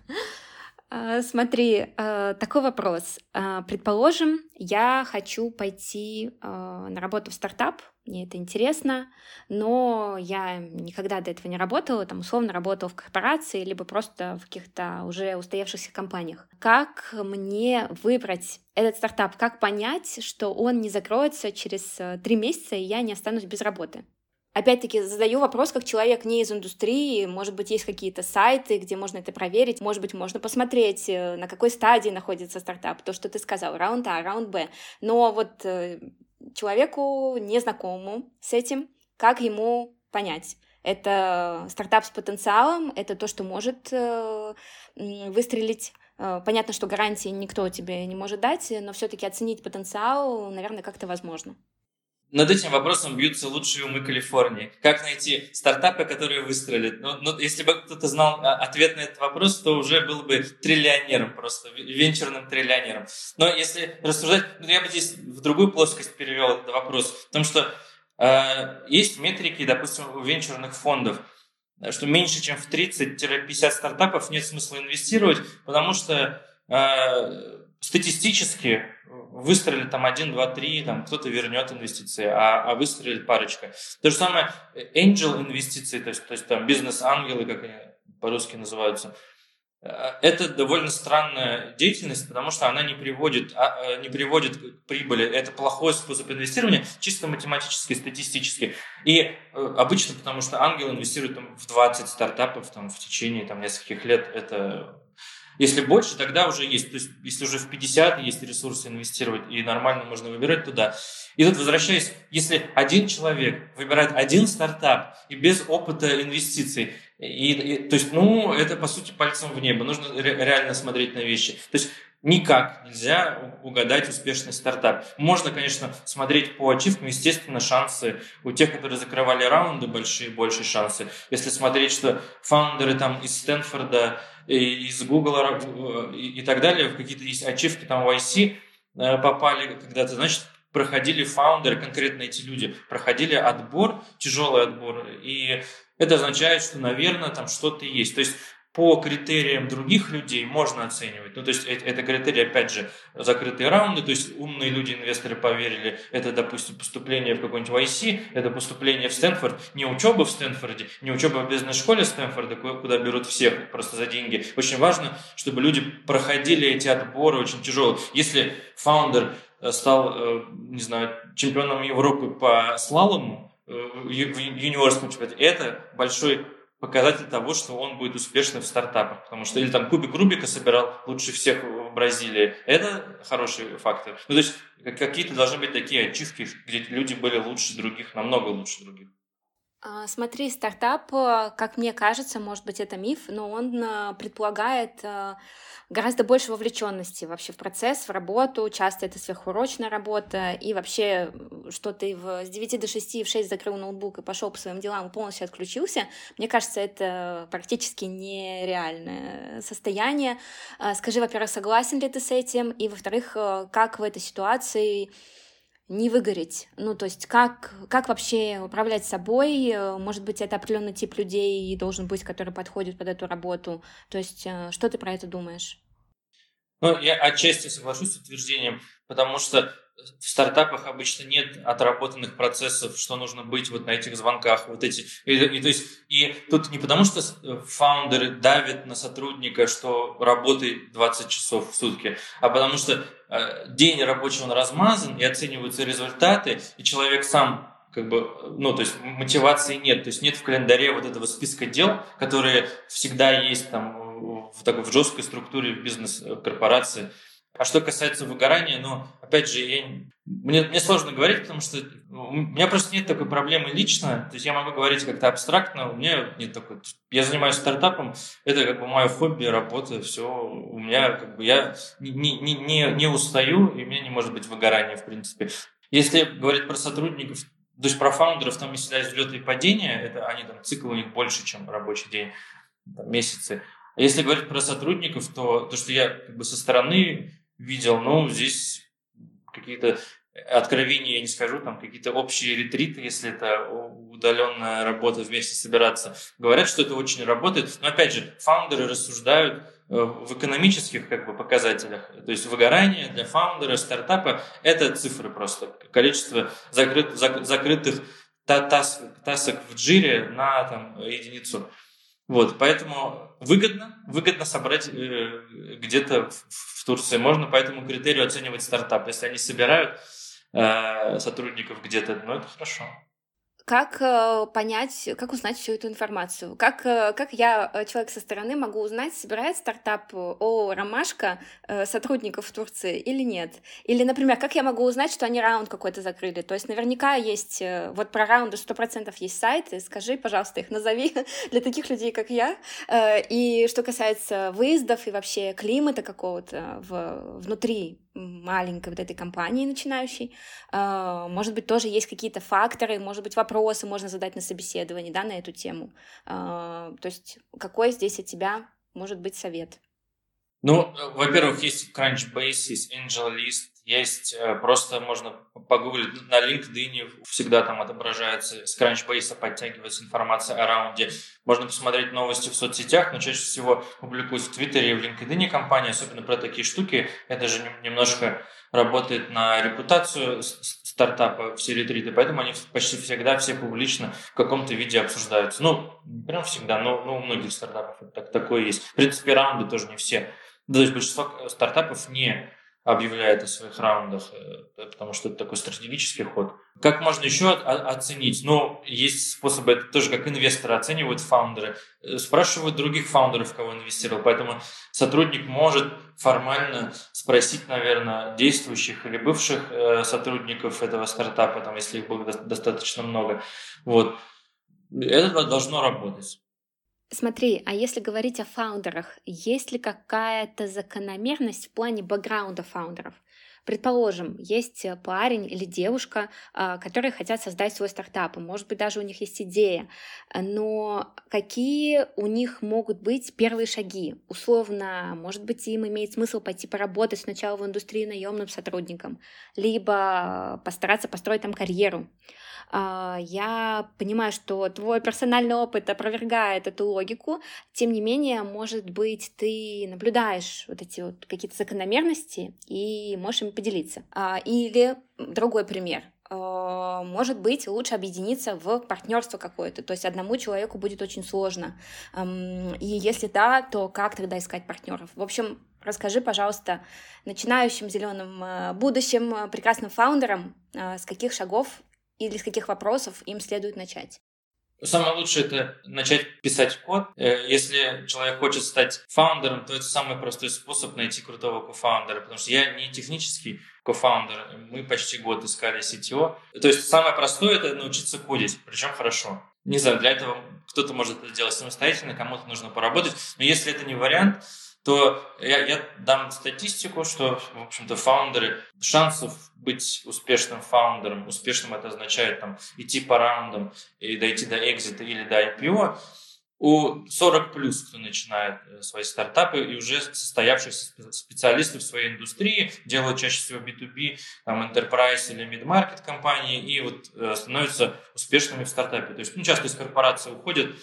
Смотри, такой вопрос. Предположим, я хочу пойти на работу в стартап, мне это интересно, но я никогда до этого не работала, условно работала в корпорации, либо просто в каких-то уже устоявшихся компаниях. Как мне выбрать этот стартап? Как понять, что он не закроется через 3 месяца, и я не останусь без работы? Опять-таки, задаю вопрос как человек не из индустрии, может быть, есть какие-то сайты, где можно это проверить, может быть, можно посмотреть, на какой стадии находится стартап, то, что ты сказал, раунд А, раунд Б. Но вот человеку незнакомому с этим, как ему понять? Это стартап с потенциалом, это то, что может выстрелить. Понятно, что гарантии никто тебе не может дать, но все-таки оценить потенциал, наверное, как-то возможно. Над этим вопросом бьются лучшие умы Калифорнии. Как найти стартапы, которые выстрелят? Если бы кто-то знал ответ на этот вопрос, то уже был бы триллионером, просто венчурным триллионером. Но если рассуждать, я бы здесь в другую плоскость перевел этот вопрос. Потому что есть метрики, допустим, у венчурных фондов, что меньше, чем в 30-50 стартапов нет смысла инвестировать, потому что статистически выстрелит 1, 2, 3, кто-то вернет инвестиции, а выстрелит парочка. То же самое angel инвестиции, то есть бизнес-ангелы, как они по-русски называются. Это довольно странная деятельность, потому что она не приводит к прибыли. Это плохой способ инвестирования, чисто математически, статистически. И обычно потому что ангел инвестирует в 20 стартапов в течение нескольких лет. Это... Если больше, тогда уже есть. То есть, если уже в 50 есть ресурсы инвестировать, и нормально можно выбирать туда. И тут, возвращаясь, если один человек выбирает один стартап и без опыта инвестиций, то есть, это, по сути, пальцем в небо. Нужно реально смотреть на вещи. То есть, никак нельзя угадать успешный стартап. Можно, конечно, смотреть по ачивкам. Естественно, шансы у тех, которые закрывали раунды, больше шансы. Если смотреть, что фаундеры из Стэнфорда, из Гугла и так далее, в какие-то есть ачивки, в YC попали когда-то, значит, проходили фаундеры, конкретно эти люди, проходили отбор, тяжелый отбор, и это означает, что, наверное, что-то есть. То есть по критериям других людей можно оценивать. То есть это критерии, опять же, закрытые раунды, то есть умные люди, инвесторы поверили, это, допустим, поступление в какой-нибудь YC, это поступление в Стэнфорд, не учеба в Стэнфорде, не учеба в бизнес-школе Стэнфорда, куда берут всех просто за деньги. Очень важно, чтобы люди проходили эти отборы очень тяжелые. Если фаундер стал, не знаю, чемпионом Европы по слалому в юниорском чемпионате, это большой показатель того, что он будет успешным в стартапах. Потому что или там кубик Рубика собирал лучше всех в Бразилии. Это хороший фактор. Ну, то есть какие-то должны быть такие ачивки, где люди были лучше других, намного лучше других. Смотри, стартап, как мне кажется, может быть, это миф, но он предполагает гораздо больше вовлеченности вообще в процесс, в работу. Часто это сверхурочная работа. И вообще, что ты с 9 до 6 в 6 закрыл ноутбук и пошел по своим делам и полностью отключился, мне кажется, это практически нереальное состояние. Скажи, во-первых, согласен ли ты с этим? И, во-вторых, как в этой ситуации не выгореть? Ну, то есть как вообще управлять собой? Может быть, это определенный тип людей должен быть, который подходит под эту работу. То есть что ты про это думаешь? Ну, я отчасти соглашусь с утверждением, потому что в стартапах обычно нет отработанных процессов, что нужно быть вот на этих звонках, вот эти. То есть, и тут не потому, что фаундеры давят на сотрудника, что работай 20 часов в сутки, а потому что день рабочий он размазан, и оцениваются результаты, и человек сам как бы, ну, то есть мотивации нет, то есть нет в календаре вот этого списка дел, которые всегда есть там в жесткой структуре в бизнес-корпорации. А что касается выгорания, ну, опять же, мне сложно говорить, потому что у меня просто нет такой проблемы лично. То есть я могу говорить как-то абстрактно, у меня нет такой. Я занимаюсь стартапом, это как бы мое хобби, работа, все. У меня как бы я не устаю, и у меня не может быть выгорания, в принципе. Если говорить про сотрудников, то есть про фаундеров, там есть всегда взлеты и падения, это они там цикл у них больше, чем рабочий день, там, месяцы. А если говорить про сотрудников, то что я как бы со стороны видел, ну, здесь какие-то откровения я не скажу, там какие-то общие ретриты, если это удаленная работа, вместе собираться. Говорят, что это очень работает. Но опять же, фаундеры рассуждают в экономических как бы показателях. То есть выгорание для фаундера, стартапа – это цифры просто. Количество закрытых тасок в джире на там, единицу. Вот, поэтому выгодно собрать где-то в Турции. Можно по этому критерию оценивать стартап. Если они собирают сотрудников где-то, ну это хорошо. Как понять, как узнать всю эту информацию? Как я, человек со стороны, могу узнать, собирает стартап ООО «Ромашка» сотрудников в Турции или нет? Или, например, как я могу узнать, что они раунд какой-то закрыли? То есть наверняка есть, вот про раунды 100% есть сайты, скажи, пожалуйста, их назови для таких людей, как я. И что касается выездов и вообще климата какого-то внутри маленькой вот этой компании начинающей, может быть, тоже есть какие-то факторы, может быть, вопросы можно задать на собеседовании, да, на эту тему. То есть какой здесь от тебя может быть совет? Ну, во-первых, есть Crunchbase, есть AngelList, есть просто можно погуглить на LinkedIn, всегда там отображается, с Crunchbase подтягивается информация о раунде. Можно посмотреть новости в соцсетях, но чаще всего публикуют в Твиттере и в LinkedIn компании, особенно про такие штуки. Это же немножко работает на репутацию стартапа, все ретриты, поэтому они почти всегда все публично в каком-то виде обсуждаются. Ну, не прям всегда, но у многих стартапов такое есть. В принципе, раунды тоже не все. То есть большинство стартапов не объявляет о своих раундах, потому что это такой стратегический ход. Как можно еще оценить? Ну, есть способы, это тоже как инвесторы оценивают фаундеры, спрашивают других фаундеров, кого инвестировал, поэтому сотрудник может формально спросить, наверное, действующих или бывших сотрудников этого стартапа, там, если их было достаточно много. Вот. Это должно работать. Смотри, а если говорить о фаундерах, есть ли какая-то закономерность в плане бэкграунда фаундеров? Предположим, есть парень или девушка, которые хотят создать свой стартап, и, может быть, даже у них есть идея, но какие у них могут быть первые шаги? Условно, может быть, им имеет смысл пойти поработать сначала в индустрии наемным сотрудником, либо постараться построить там карьеру. Я понимаю, что твой персональный опыт опровергает эту логику, тем не менее, может быть, ты наблюдаешь вот эти вот какие-то закономерности и можешь ими поделиться. Или другой пример. Может быть, лучше объединиться в партнерство какое-то, то есть одному человеку будет очень сложно. И если да, то как тогда искать партнеров? В общем, расскажи, пожалуйста, начинающим зеленым будущим прекрасным фаундерам, с каких шагов или с каких вопросов им следует начать? Самое лучшее — это начать писать код. Если человек хочет стать фаундером, то это самый простой способ найти крутого кофаундера, потому что я не технический кофаундер, мы почти год искали CTO. То есть самое простое — это научиться кодить, причем хорошо. Не знаю, для этого кто-то может это делать самостоятельно, кому-то нужно поработать, но если это не вариант, то я дам статистику, что, в общем-то, фаундеры, шансов быть успешным фаундером, успешным это означает там, идти по раундам и дойти до экзита или до IPO, у 40 плюс, кто начинает свои стартапы, и уже состоявшихся специалистов в своей индустрии, делают чаще всего B2B, там, enterprise или mid-market компании, и вот становятся успешными в стартапе. То есть, часто из корпорации уходят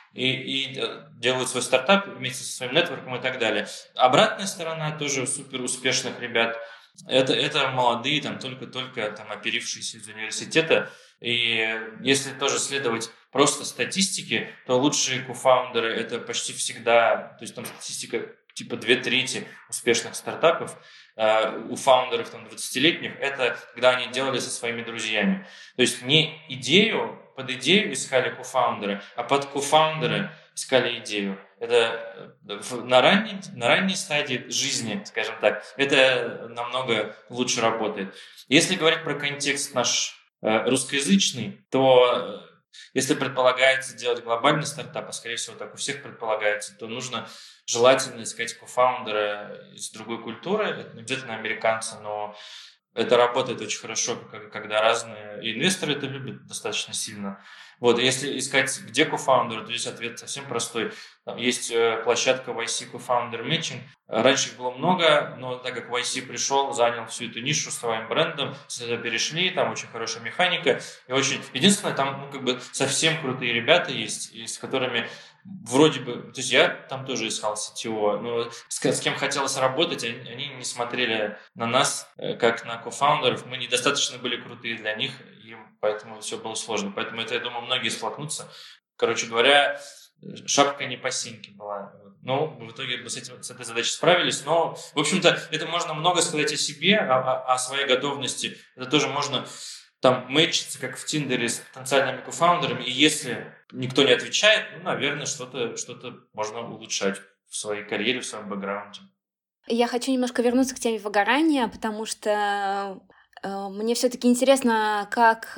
и делают свой стартап вместе со своим нетворком и так далее. Обратная сторона тоже супер успешных ребят. Это молодые, там, только-только там, оперившиеся из университета. И если тоже следовать просто статистике, то лучшие кофаундеры — это почти всегда, то есть там статистика типа 2/3 успешных стартапов у фаундеров там 20-летних, это когда они делали со своими друзьями. То есть не под идею искали кофаундера, а под кофаундера искали идею. Это на ранней стадии жизни, скажем так, это намного лучше работает. Если говорить про контекст наш русскоязычный, то если предполагается делать глобальный стартап, а скорее всего так у всех предполагается, то нужно желательно искать кофаундера из другой культуры, это не обязательно американцы, но это работает очень хорошо, когда разные и инвесторы это любят достаточно сильно. Вот, если искать, где кофаундер, то здесь ответ совсем простой. Там есть площадка YC Co-Founder Matching. Раньше их было много, но так как YC пришел, занял всю эту нишу своим брендом, сюда перешли, там очень хорошая механика. И единственное, там совсем крутые ребята есть, и с которыми вроде бы... То есть я там тоже искал CTO, но с кем хотелось работать, они не смотрели на нас, как на кофаундеров. Мы недостаточно были крутые для них, и поэтому все было сложно. Поэтому это, я думаю, многие столкнутся. Короче говоря, шапка не по синьке была. Но в итоге мы с этой задачей справились. Но, в общем-то, это можно много сказать о себе, о своей готовности. Это тоже можно там мэчиться, как в Тиндере, с потенциальными кофаундерами. И если никто не отвечает, наверное, что-то можно улучшать в своей карьере, в своем бэкграунде. Я хочу немножко вернуться к теме выгорания, потому что мне все-таки интересно, как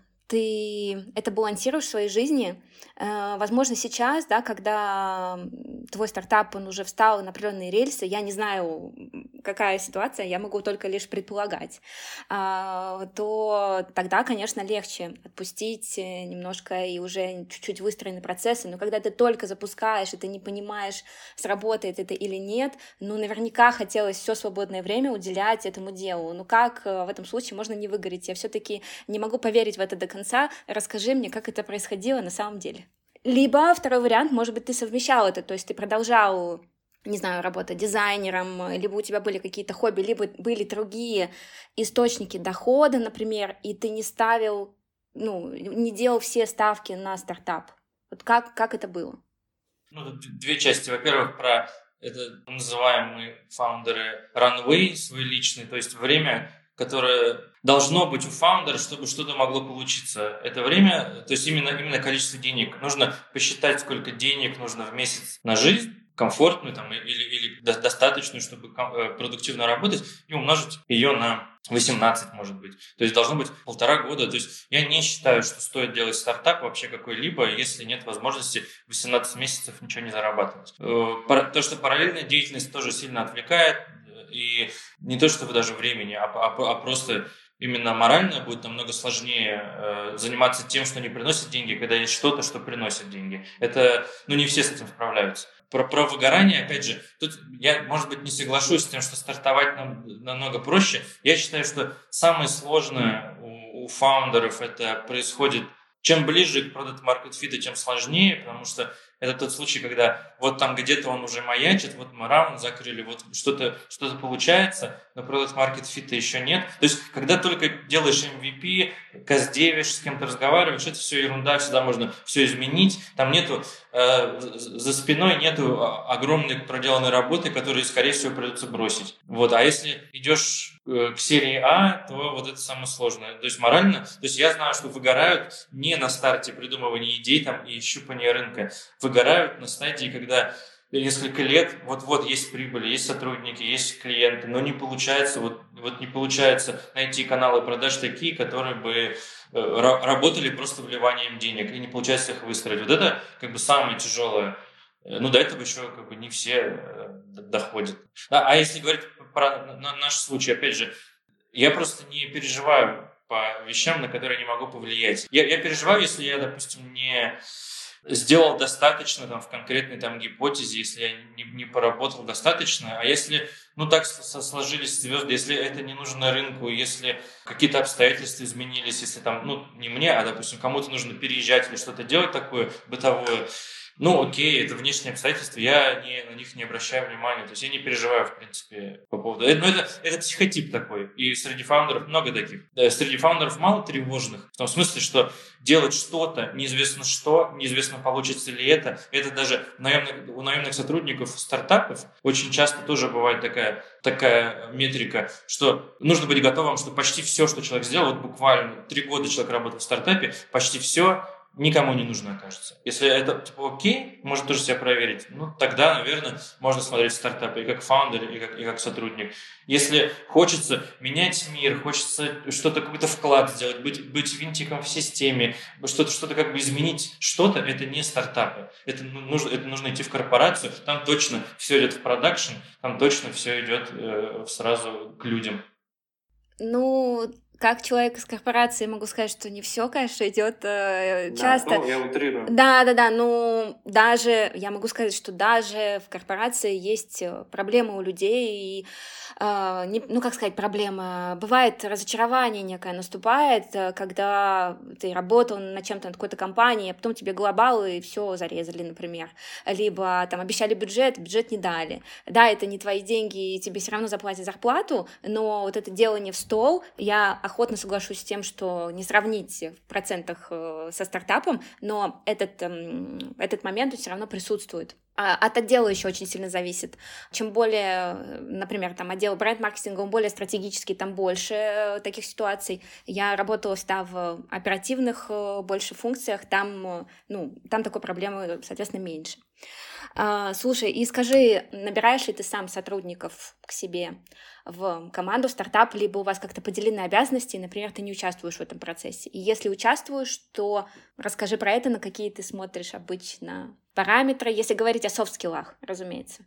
ты это балансируешь в своей жизни. Возможно, сейчас, да, когда твой стартап, он уже встал на определенные рельсы, я не знаю, какая ситуация, я могу только лишь предполагать, то тогда, конечно, легче отпустить немножко и уже чуть-чуть выстроены процессы, но когда ты только запускаешь, и ты не понимаешь, сработает это или нет, наверняка хотелось все свободное время уделять этому делу. Как в этом случае можно не выгореть? Я все-таки не могу поверить в это до конца. Расскажи мне, как это происходило на самом деле. Либо второй вариант, может быть, ты совмещал это, то есть ты продолжал, не знаю, работать дизайнером, либо у тебя были какие-то хобби, либо были другие источники дохода, например, и ты не ставил, не делал все ставки на стартап. Вот как это было? Две части. Во-первых, про это называемые фаундеры runway свой личный, то есть время, которое должно быть у фаундера, чтобы что-то могло получиться. Это время, то есть именно количество денег. Нужно посчитать, сколько денег нужно в месяц на жизнь, комфортную там, или достаточную, чтобы продуктивно работать, и умножить ее на 18, может быть. То есть должно быть 1,5 года. То есть я не считаю, что стоит делать стартап вообще какой-либо, если нет возможности 18 месяцев ничего не зарабатывать. То, что параллельная деятельность тоже сильно отвлекает, и не то чтобы даже времени, а просто именно морально будет намного сложнее заниматься тем, что не приносит деньги, когда есть что-то, что приносит деньги. Это, не все с этим справляются. Про выгорание, опять же, тут я, может быть, не соглашусь с тем, что стартовать намного проще. Я считаю, что самое сложное у фаундеров это происходит, чем ближе к product market fit, тем сложнее, потому что это тот случай, когда вот там где-то он уже маячит, вот мы раунд закрыли, вот что-то получается, но product market fit еще нет. То есть, когда только делаешь MVP, каздевишь, с кем-то разговариваешь, это все ерунда, всегда можно все изменить. Там нету, за спиной нету огромной проделанной работы, которую, скорее всего, придется бросить. Вот. А если идешь к серии А, то вот это самое сложное. То есть морально, то есть я знаю, что выгорают не на старте придумывания идей там и щупания рынка, выгорают на стадии, когда несколько лет, вот есть прибыль, есть сотрудники, есть клиенты, но не получается, вот не получается найти каналы продаж такие, которые бы работали просто вливанием денег, и не получается их выстроить. Вот это как бы самое тяжелое. Ну, до этого еще как бы не все доходят. А если говорить про наш случай, опять же, я просто не переживаю по вещам, на которые не могу повлиять. Я переживаю, если я, допустим, не сделал достаточно там, в конкретной там, гипотезе, если я не поработал достаточно, а если так сложились звезды, если это не нужно рынку, если какие-то обстоятельства изменились, если там, не мне, а, допустим, кому-то нужно переезжать или что-то делать такое бытовое, окей, это внешние обстоятельства, я на них не обращаю внимания, то есть я не переживаю, в принципе, по поводу... это психотип такой, и среди фаундеров много таких. Да, среди фаундеров мало тревожных, в том смысле, что делать что-то, неизвестно что, неизвестно, получится ли это даже у наемных сотрудников стартапов очень часто тоже бывает такая метрика, что нужно быть готовым, что почти все, что человек сделал, вот буквально 3 года человек работает в стартапе, почти все никому не нужно окажется. Если это окей, может тоже себя проверить, тогда, наверное, можно смотреть стартапы и как фаундер, и как сотрудник. Если хочется менять мир, хочется что-то, какой-то вклад сделать, быть винтиком в системе, что-то как бы изменить, это не стартапы. Это нужно идти в корпорацию, там точно все идет в продакшн, там точно все идет сразу к людям. Как человек из корпорации могу сказать, что не все, конечно, идет часто. Я утрирую. Да. Даже я могу сказать, что даже в корпорации есть проблемы у людей, и проблема. Бывает разочарование некое наступает, когда ты работал над чем-то, над какой-то компанией, а потом тебе глобал, и все зарезали, например. Либо там обещали бюджет не дали. Да, это не твои деньги, и тебе все равно заплатят зарплату, но вот это делание в стол, я охотно соглашусь с тем, что не сравнить в процентах со стартапом, но этот момент все равно присутствует. От отдела еще очень сильно зависит. Чем более, например, там отдел бренд-маркетинга, он более стратегический, там больше таких ситуаций. Я работала всегда в оперативных больше функциях, там такой проблемы, соответственно, меньше. Слушай, и скажи, набираешь ли ты сам сотрудников к себе в команду, стартап, либо у вас как-то поделены обязанности, и, например, ты не участвуешь в этом процессе? И если участвуешь, то расскажи про это, на какие ты смотришь обычно параметры, если говорить о софт-скиллах, разумеется.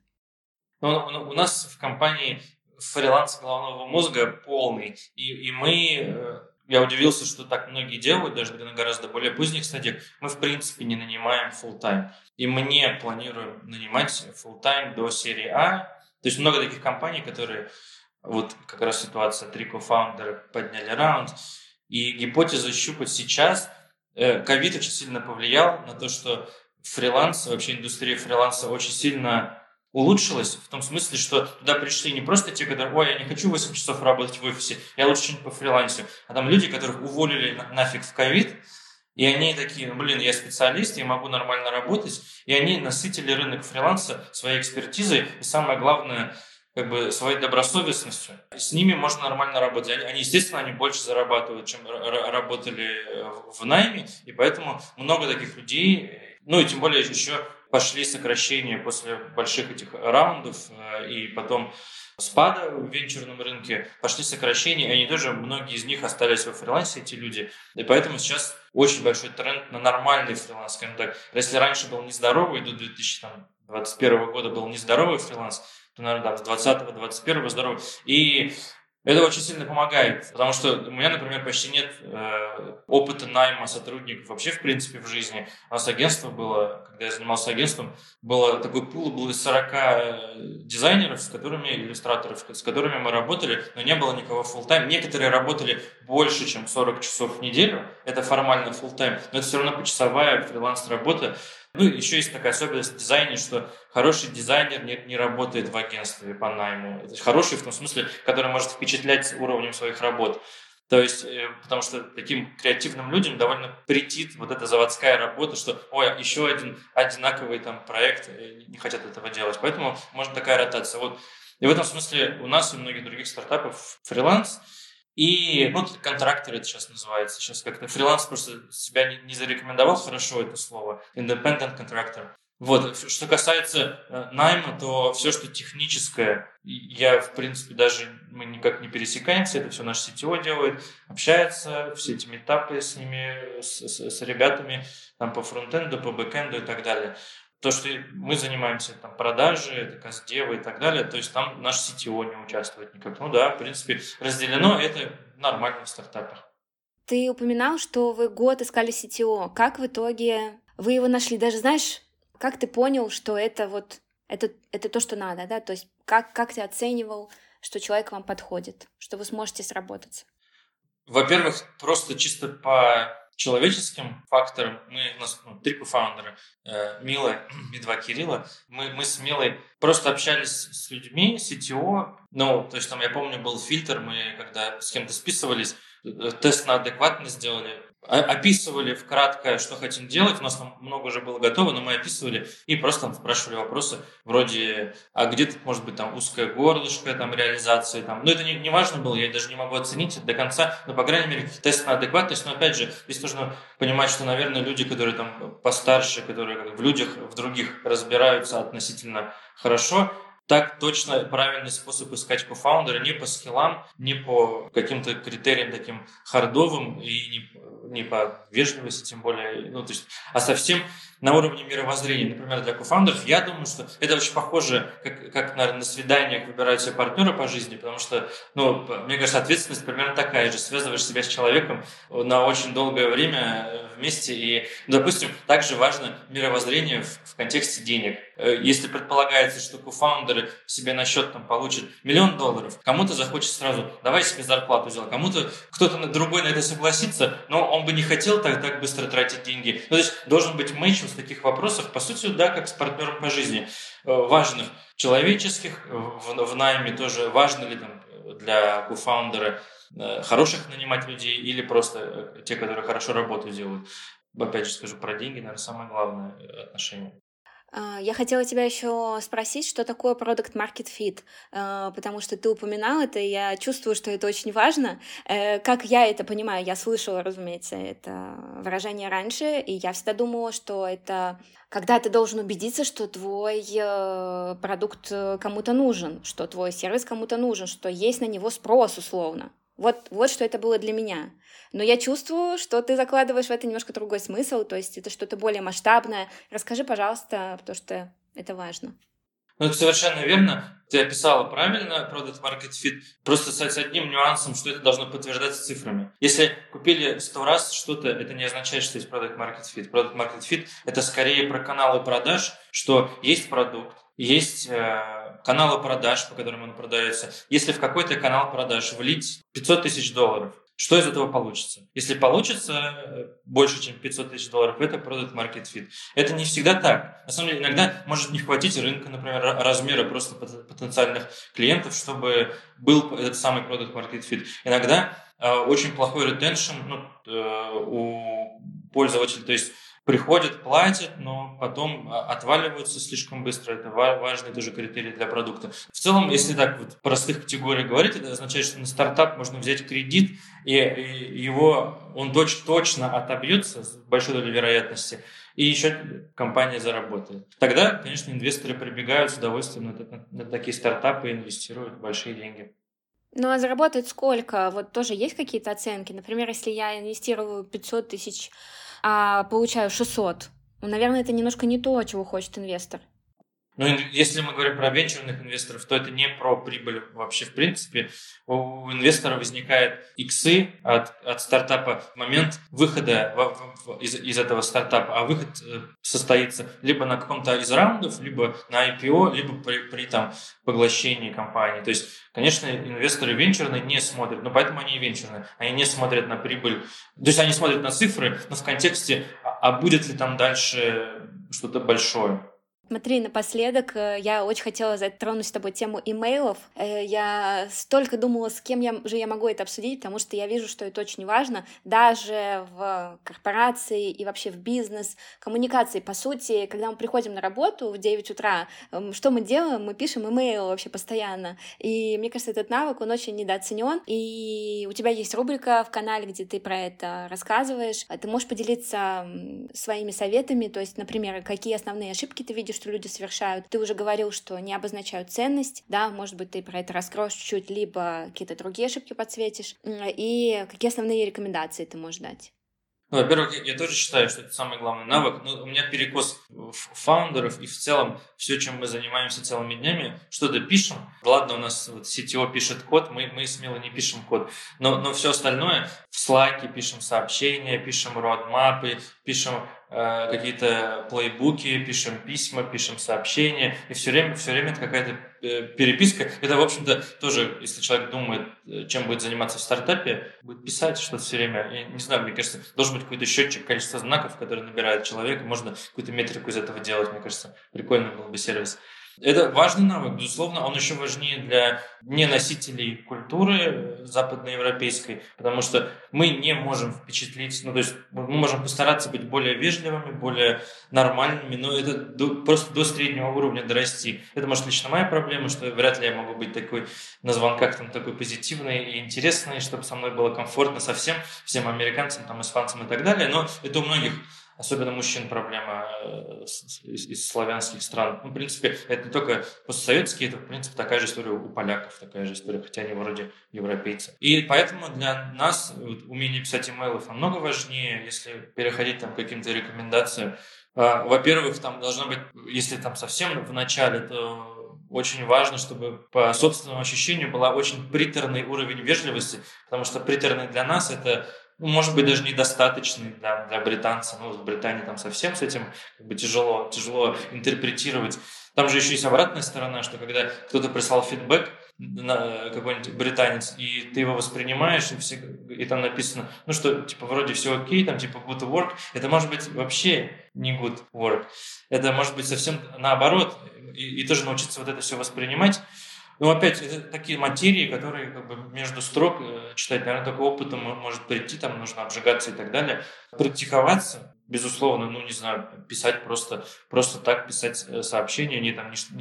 У нас в компании фриланс головного мозга полный, и мы... Я удивился, что так многие делают, даже на гораздо более поздних стадиях. Мы, в принципе, не нанимаем full-time. И мы не планируем нанимать full-time до серии А. То есть много таких компаний, которые... Вот как раз ситуация, 3 кофаундера подняли раунд. И гипотезу щупать сейчас. Ковид очень сильно повлиял на то, что фриланс, вообще индустрия фриланса очень сильно улучшилась, в том смысле, что туда пришли не просто те, которые, я не хочу 8 часов работать в офисе, я лучше что-нибудь по фрилансу, а там люди, которых уволили нафиг в ковид, и они такие, я специалист, я могу нормально работать, и они насытили рынок фриланса своей экспертизой, и самое главное, своей добросовестностью. С ними можно нормально работать. Естественно, они больше зарабатывают, чем работали в найме, и поэтому много таких людей, и тем более еще пошли сокращения после больших этих раундов и потом спада в венчурном рынке, пошли сокращения, и они тоже, многие из них остались во фрилансе, эти люди. И поэтому сейчас очень большой тренд на нормальный фриланс, скажем так. Если раньше был нездоровый, до 2021 года был нездоровый фриланс, то, наверное, с 2020-2021 здоровый. И это очень сильно помогает, потому что у меня, например, почти нет опыта найма сотрудников вообще, в принципе, в жизни. У нас агентство было, когда я занимался агентством, такой пул был из 40 дизайнеров, иллюстраторов, с которыми мы работали, но не было никого full-time. Некоторые работали больше, чем 40 часов в неделю, это формально full-time, но это все равно почасовая фриланс-работа. Еще есть такая особенность в дизайне, что хороший дизайнер не работает в агентстве по найму. Это хороший в том смысле, который может впечатлять уровнем своих работ. То есть, потому что таким креативным людям довольно претит вот эта заводская работа, что, еще один одинаковый там проект, не хотят этого делать. Поэтому может такая ротация. И в этом смысле у нас и у многих других стартапов фриланс. И, контрактор это сейчас называется. Сейчас как-то фриланс просто себя не зарекомендовал хорошо это слово. Independent contractor. Вот. Что касается найма, то все, что техническое, я, в принципе, даже мы никак не пересекаемся, это все наш CTO делает, общается, все эти митапы с ними, с ребятами там, по фронтенду, по бэкенду и так далее. То, что мы занимаемся там продажей, это каздевы и так далее, то есть там наш CTO не участвует никак. Ну да, в принципе, разделено, это нормально в стартапах. Ты упоминал, что вы год искали CTO. Как в итоге вы его нашли? Даже знаешь, как ты понял, что это это то, что надо, да? То есть как ты оценивал, что человек вам подходит, что вы сможете сработаться? Во-первых, просто чисто по человеческим факторам, у нас 3 кофаундера, Мила и 2 Кирилла, мы с Милой просто общались с людьми, CTO, то есть там, я помню, был фильтр, мы когда с кем-то списывались, тест на адекватность сделали, описывали вкратко, что хотим делать, у нас там много уже было готово, но мы описывали и просто там спрашивали вопросы вроде, а где тут может быть там узкое горлышко, там реализации, там, это не важно было, я даже не могу оценить это до конца, но, по крайней мере, тест на адекватность, но, опять же, здесь нужно понимать, что, наверное, люди, которые там постарше, которые в людях, в других разбираются относительно хорошо, так точно правильный способ искать кофаундера не по скиллам, не по каким-то критериям таким хардовым и не по вежливости, тем более, а совсем на уровне мировоззрения. Например, для кофаундеров, я думаю, что это очень похоже, как наверное, на свиданиях выбирают себе партнера по жизни, потому что, мне кажется, ответственность примерно такая же. Связываешь себя с человеком на очень долгое время вместе, и, допустим, также важно мировоззрение в контексте денег. Если предполагается, что кофаундеры себе на счет там получат $1 миллион, кому-то захочется сразу, давай себе зарплату сделать, кто-то другой на это согласится, но он бы не хотел так быстро тратить деньги. То есть должен быть матч в таких вопросах, по сути, да, как с партнером по жизни. Важных человеческих, в найме тоже важно ли там для кофаундера хороших нанимать людей или просто те, которые хорошо работу делают. Опять же скажу про деньги, наверное, самое главное отношение. Я хотела тебя еще спросить, что такое Product Market Fit, потому что ты упоминал это, и я чувствую, что это очень важно. Как я это понимаю, я слышала, разумеется, это выражение раньше, и я всегда думала, что это когда ты должен убедиться, что твой продукт кому-то нужен, что твой сервис кому-то нужен, что есть на него спрос условно. Вот что это было для меня. Но я чувствую, что ты закладываешь в это немножко другой смысл, то есть это что-то более масштабное. Расскажи, пожалуйста, потому что это важно. Это совершенно верно. Ты описала правильно Product Market Fit, просто с одним нюансом, что это должно подтверждаться цифрами. Если купили 100 раз что-то, это не означает, что есть Product Market Fit. Product Market Fit — это скорее про каналы продаж, что есть продукт, есть каналы продаж, по которым он продается. Если в какой-то канал продаж влить $500 тысяч, что из этого получится? Если получится больше, чем $500 тысяч, это Product Market Fit. Это не всегда так. На самом деле, иногда может не хватить рынка, например, размера просто потенциальных клиентов, чтобы был этот самый Product Market Fit. Иногда очень плохой ретеншн у пользователей, то есть приходят, платят, но потом отваливаются слишком быстро. Это важный тоже критерий для продукта. В целом, если так в простых категориях говорить, это означает, что на стартап можно взять кредит, и он точно отобьется с большой долей вероятности, и еще компания заработает. Тогда, конечно, инвесторы прибегают с удовольствием на такие стартапы и инвестируют большие деньги. Ну, а заработать сколько? Вот тоже есть какие-то оценки? Например, если я инвестирую 500 тысяч, а получаю 600, наверное, это немножко не то, чего хочет инвестор. Если мы говорим про венчурных инвесторов, то это не про прибыль вообще в принципе. У инвестора возникают иксы от стартапа в момент выхода из этого стартапа, а выход состоится либо на каком-то из раундов, либо на IPO, либо при там, поглощении компании. То есть, конечно, инвесторы венчурные не смотрят, но поэтому они и венчурные. Они не смотрят на прибыль, то есть они смотрят на цифры, но в контексте, а будет ли там дальше что-то большое. Смотри, напоследок, я очень хотела затронуть с тобой тему имейлов. Я столько думала, с кем я могу это обсудить, потому что я вижу, что это очень важно, даже в корпорации и вообще в бизнес, коммуникации. По сути, когда мы приходим на работу в 9 утра, что мы делаем? Мы пишем имейл вообще постоянно. И мне кажется, этот навык, он очень недооценен. И у тебя есть рубрика в канале, где ты про это рассказываешь. Ты можешь поделиться своими советами, то есть, например, какие основные ошибки ты видишь, что люди совершают. Ты уже говорил, что не обозначают ценность, да, может быть, ты про это раскроешь чуть-чуть, либо какие-то другие ошибки подсветишь, и какие основные рекомендации ты можешь дать? Ну, во-первых, я тоже считаю, что это самый главный навык. Но у меня перекос фаундеров и в целом все, чем мы занимаемся целыми днями, что-то пишем. Ладно, у нас вот CTO пишет код, мы смело не пишем код. Но все остальное в Slack пишем сообщения, пишем родмапы, пишем какие-то плейбуки, пишем письма, пишем сообщения. И все время это какая-то переписка. Это, в общем-то, тоже, если человек думает, чем будет заниматься в стартапе, будет писать что-то все время. Я не знаю, мне кажется, должен быть какой-то счетчик количества знаков, который набирает человек, и можно какую-то метрику из этого делать. Мне кажется, прикольный был бы сервис. Это важный навык, безусловно, он еще важнее для неносителей культуры западноевропейской, потому что мы не можем впечатлить, то есть мы можем постараться быть более вежливыми, более нормальными, но это просто до среднего уровня дорасти. Это, может, лично моя проблема, что вряд ли я могу быть такой на звонках такой позитивный и интересный, чтобы со мной было комфортно совсем, всем американцам, испанцам и так далее, но это у многих, особенно мужчин, проблема из славянских стран. В принципе, это не только постсоветские, это, в принципе, такая же история у поляков, такая же история, хотя они вроде европейцы. И поэтому для нас умение писать имейлы намного важнее, если переходить к каким-то рекомендациям. Во-первых, там должно быть, если совсем в начале, то очень важно, чтобы по собственному ощущению был очень приторный уровень вежливости, потому что приторный для нас это может быть, даже недостаточный для британца. В Британии совсем с этим тяжело интерпретировать. Там же еще есть обратная сторона, что когда кто-то прислал фидбэк, какой-нибудь британец, и ты его воспринимаешь, и там написано, что вроде все окей, good work, это может быть вообще не good work. Это может быть совсем наоборот. И тоже научиться это все воспринимать. Но опять, это такие материи, которые между строк читать, наверное, только опытом может прийти, нужно обжигаться и так далее. Практиковаться, безусловно, не знаю, писать просто так, писать сообщения, не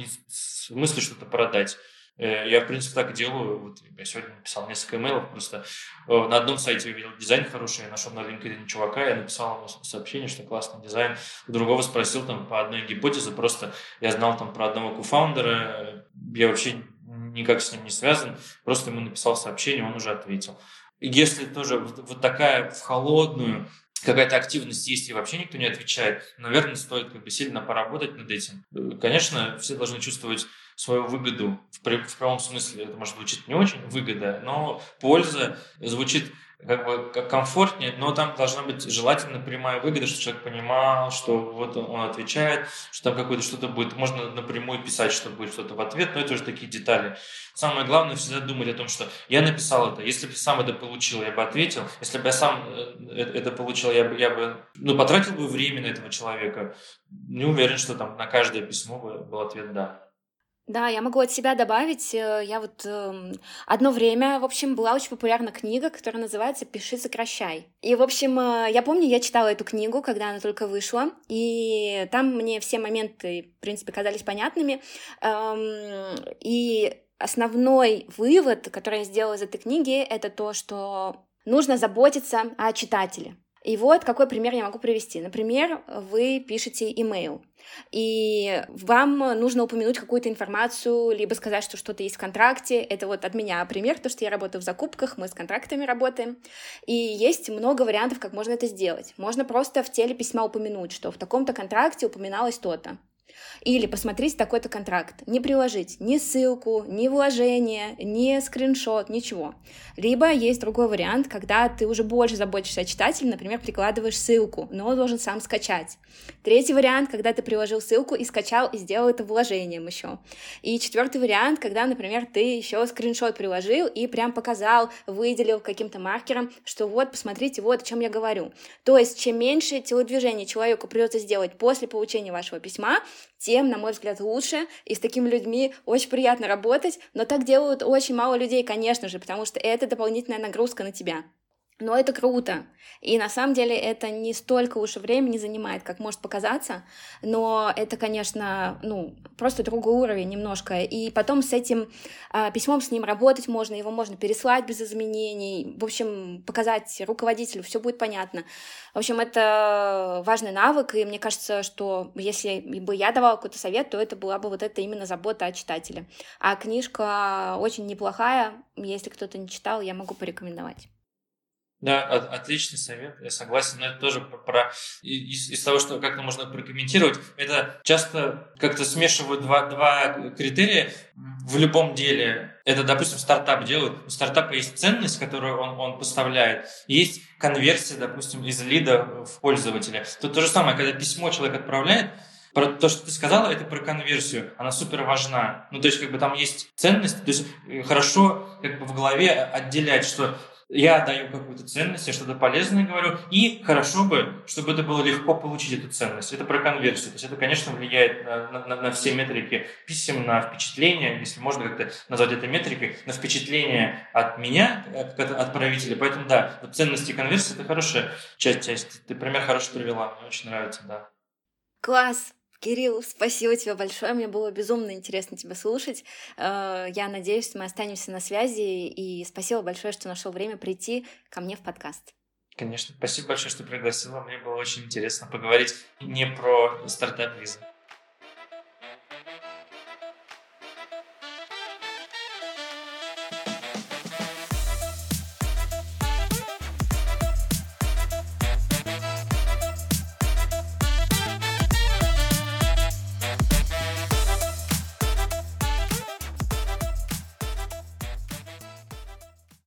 с мыслью что-то продать. Я, в принципе, так и делаю. Я сегодня написал несколько имейлов, просто на одном сайте увидел дизайн хороший, я нашел на LinkedIn чувака, я написал ему сообщение, что классный дизайн. У другого спросил по одной гипотезе, просто я знал про одного кофаундера, я вообще никак с ним не связан, просто ему написал сообщение, он уже ответил. И если тоже такая в холодную какая-то активность есть, и вообще никто не отвечает, наверное, стоит сильно поработать над этим. Конечно, все должны чувствовать свою выгоду в прямом смысле. Это может звучит не очень выгода, но польза звучит как комфортнее, но там должна быть желательно прямая выгода, чтобы человек понимал, что он отвечает, что там какое-то что-то будет, можно напрямую писать, что будет что-то в ответ, но это уже такие детали. Самое главное всегда думать о том, что я написал это, если бы сам это получил, я бы ответил, если бы я сам это получил, я бы потратил бы время на этого человека. Не уверен, что на каждое письмо был ответ «да». Да, я могу от себя добавить. Я одно время, в общем, была очень популярна книга, которая называется «Пиши, сокращай». И, в общем, я помню, я читала эту книгу, когда она только вышла, и там мне все моменты, в принципе, казались понятными. И основной вывод, который я сделала из этой книги, это то, что нужно заботиться о читателе. И какой пример я могу привести. Например, вы пишете имейл, и вам нужно упомянуть какую-то информацию, либо сказать, что что-то есть в контракте. Это от меня пример, потому что я работаю в закупках, мы с контрактами работаем. И есть много вариантов, как можно это сделать. Можно просто в теле письма упомянуть, что в таком-то контракте упоминалось то-то. Или посмотрите такой-то контракт. Не приложить ни ссылку, ни вложение, ни скриншот, ничего. Либо есть другой вариант, когда ты уже больше заботишься о читателе, например, прикладываешь ссылку, но он должен сам скачать. Третий вариант, когда ты приложил ссылку и скачал, и сделал это вложением еще. И четвертый вариант, когда, например, ты еще скриншот приложил и прям показал, выделил каким-то маркером, что посмотрите, о чем я говорю. То есть, чем меньше телодвижений человеку придется сделать после получения вашего письма, тем, на мой взгляд, лучше, и с такими людьми очень приятно работать, но так делают очень мало людей, конечно же, потому что это дополнительная нагрузка на тебя. Но это круто. И на самом деле это не столько уж и времени занимает, как может показаться, но это, конечно, просто другой уровень немножко. И потом с этим письмом с ним работать можно, его можно переслать без изменений, в общем, показать руководителю, все будет понятно. В общем, это важный навык, и мне кажется, что если бы я давала какой-то совет, то это была бы вот эта именно забота о читателе. А книжка очень неплохая, если кто-то не читал, я могу порекомендовать. Да, отличный совет, я согласен, но это тоже из того, что как-то можно прокомментировать, это часто как-то смешивают два критерия в любом деле. Это, допустим, стартап делают, у стартапа есть ценность, которую он поставляет, есть конверсия, допустим, из лида в пользователя. Тут то же самое, когда письмо человек отправляет, то, что ты сказала, это про конверсию, она супер важна. То есть, там есть ценность, то есть, хорошо в голове отделять, что я даю какую-то ценность, я что-то полезное говорю, и хорошо бы, чтобы это было легко получить эту ценность. Это про конверсию. То есть это, конечно, влияет на все метрики писем, на впечатление, если можно как-то назвать это метрикой, на впечатление от меня, как отправителя. Поэтому, да, вот ценность и конверсия – это хорошая часть. Ты пример хороший привела, мне очень нравится, да. Класс! Кирилл, спасибо тебе большое, мне было безумно интересно тебя слушать. Я надеюсь, мы останемся на связи, и спасибо большое, что нашел время прийти ко мне в подкаст. Конечно, спасибо большое, что пригласила, мне было очень интересно поговорить не про стартап-визы.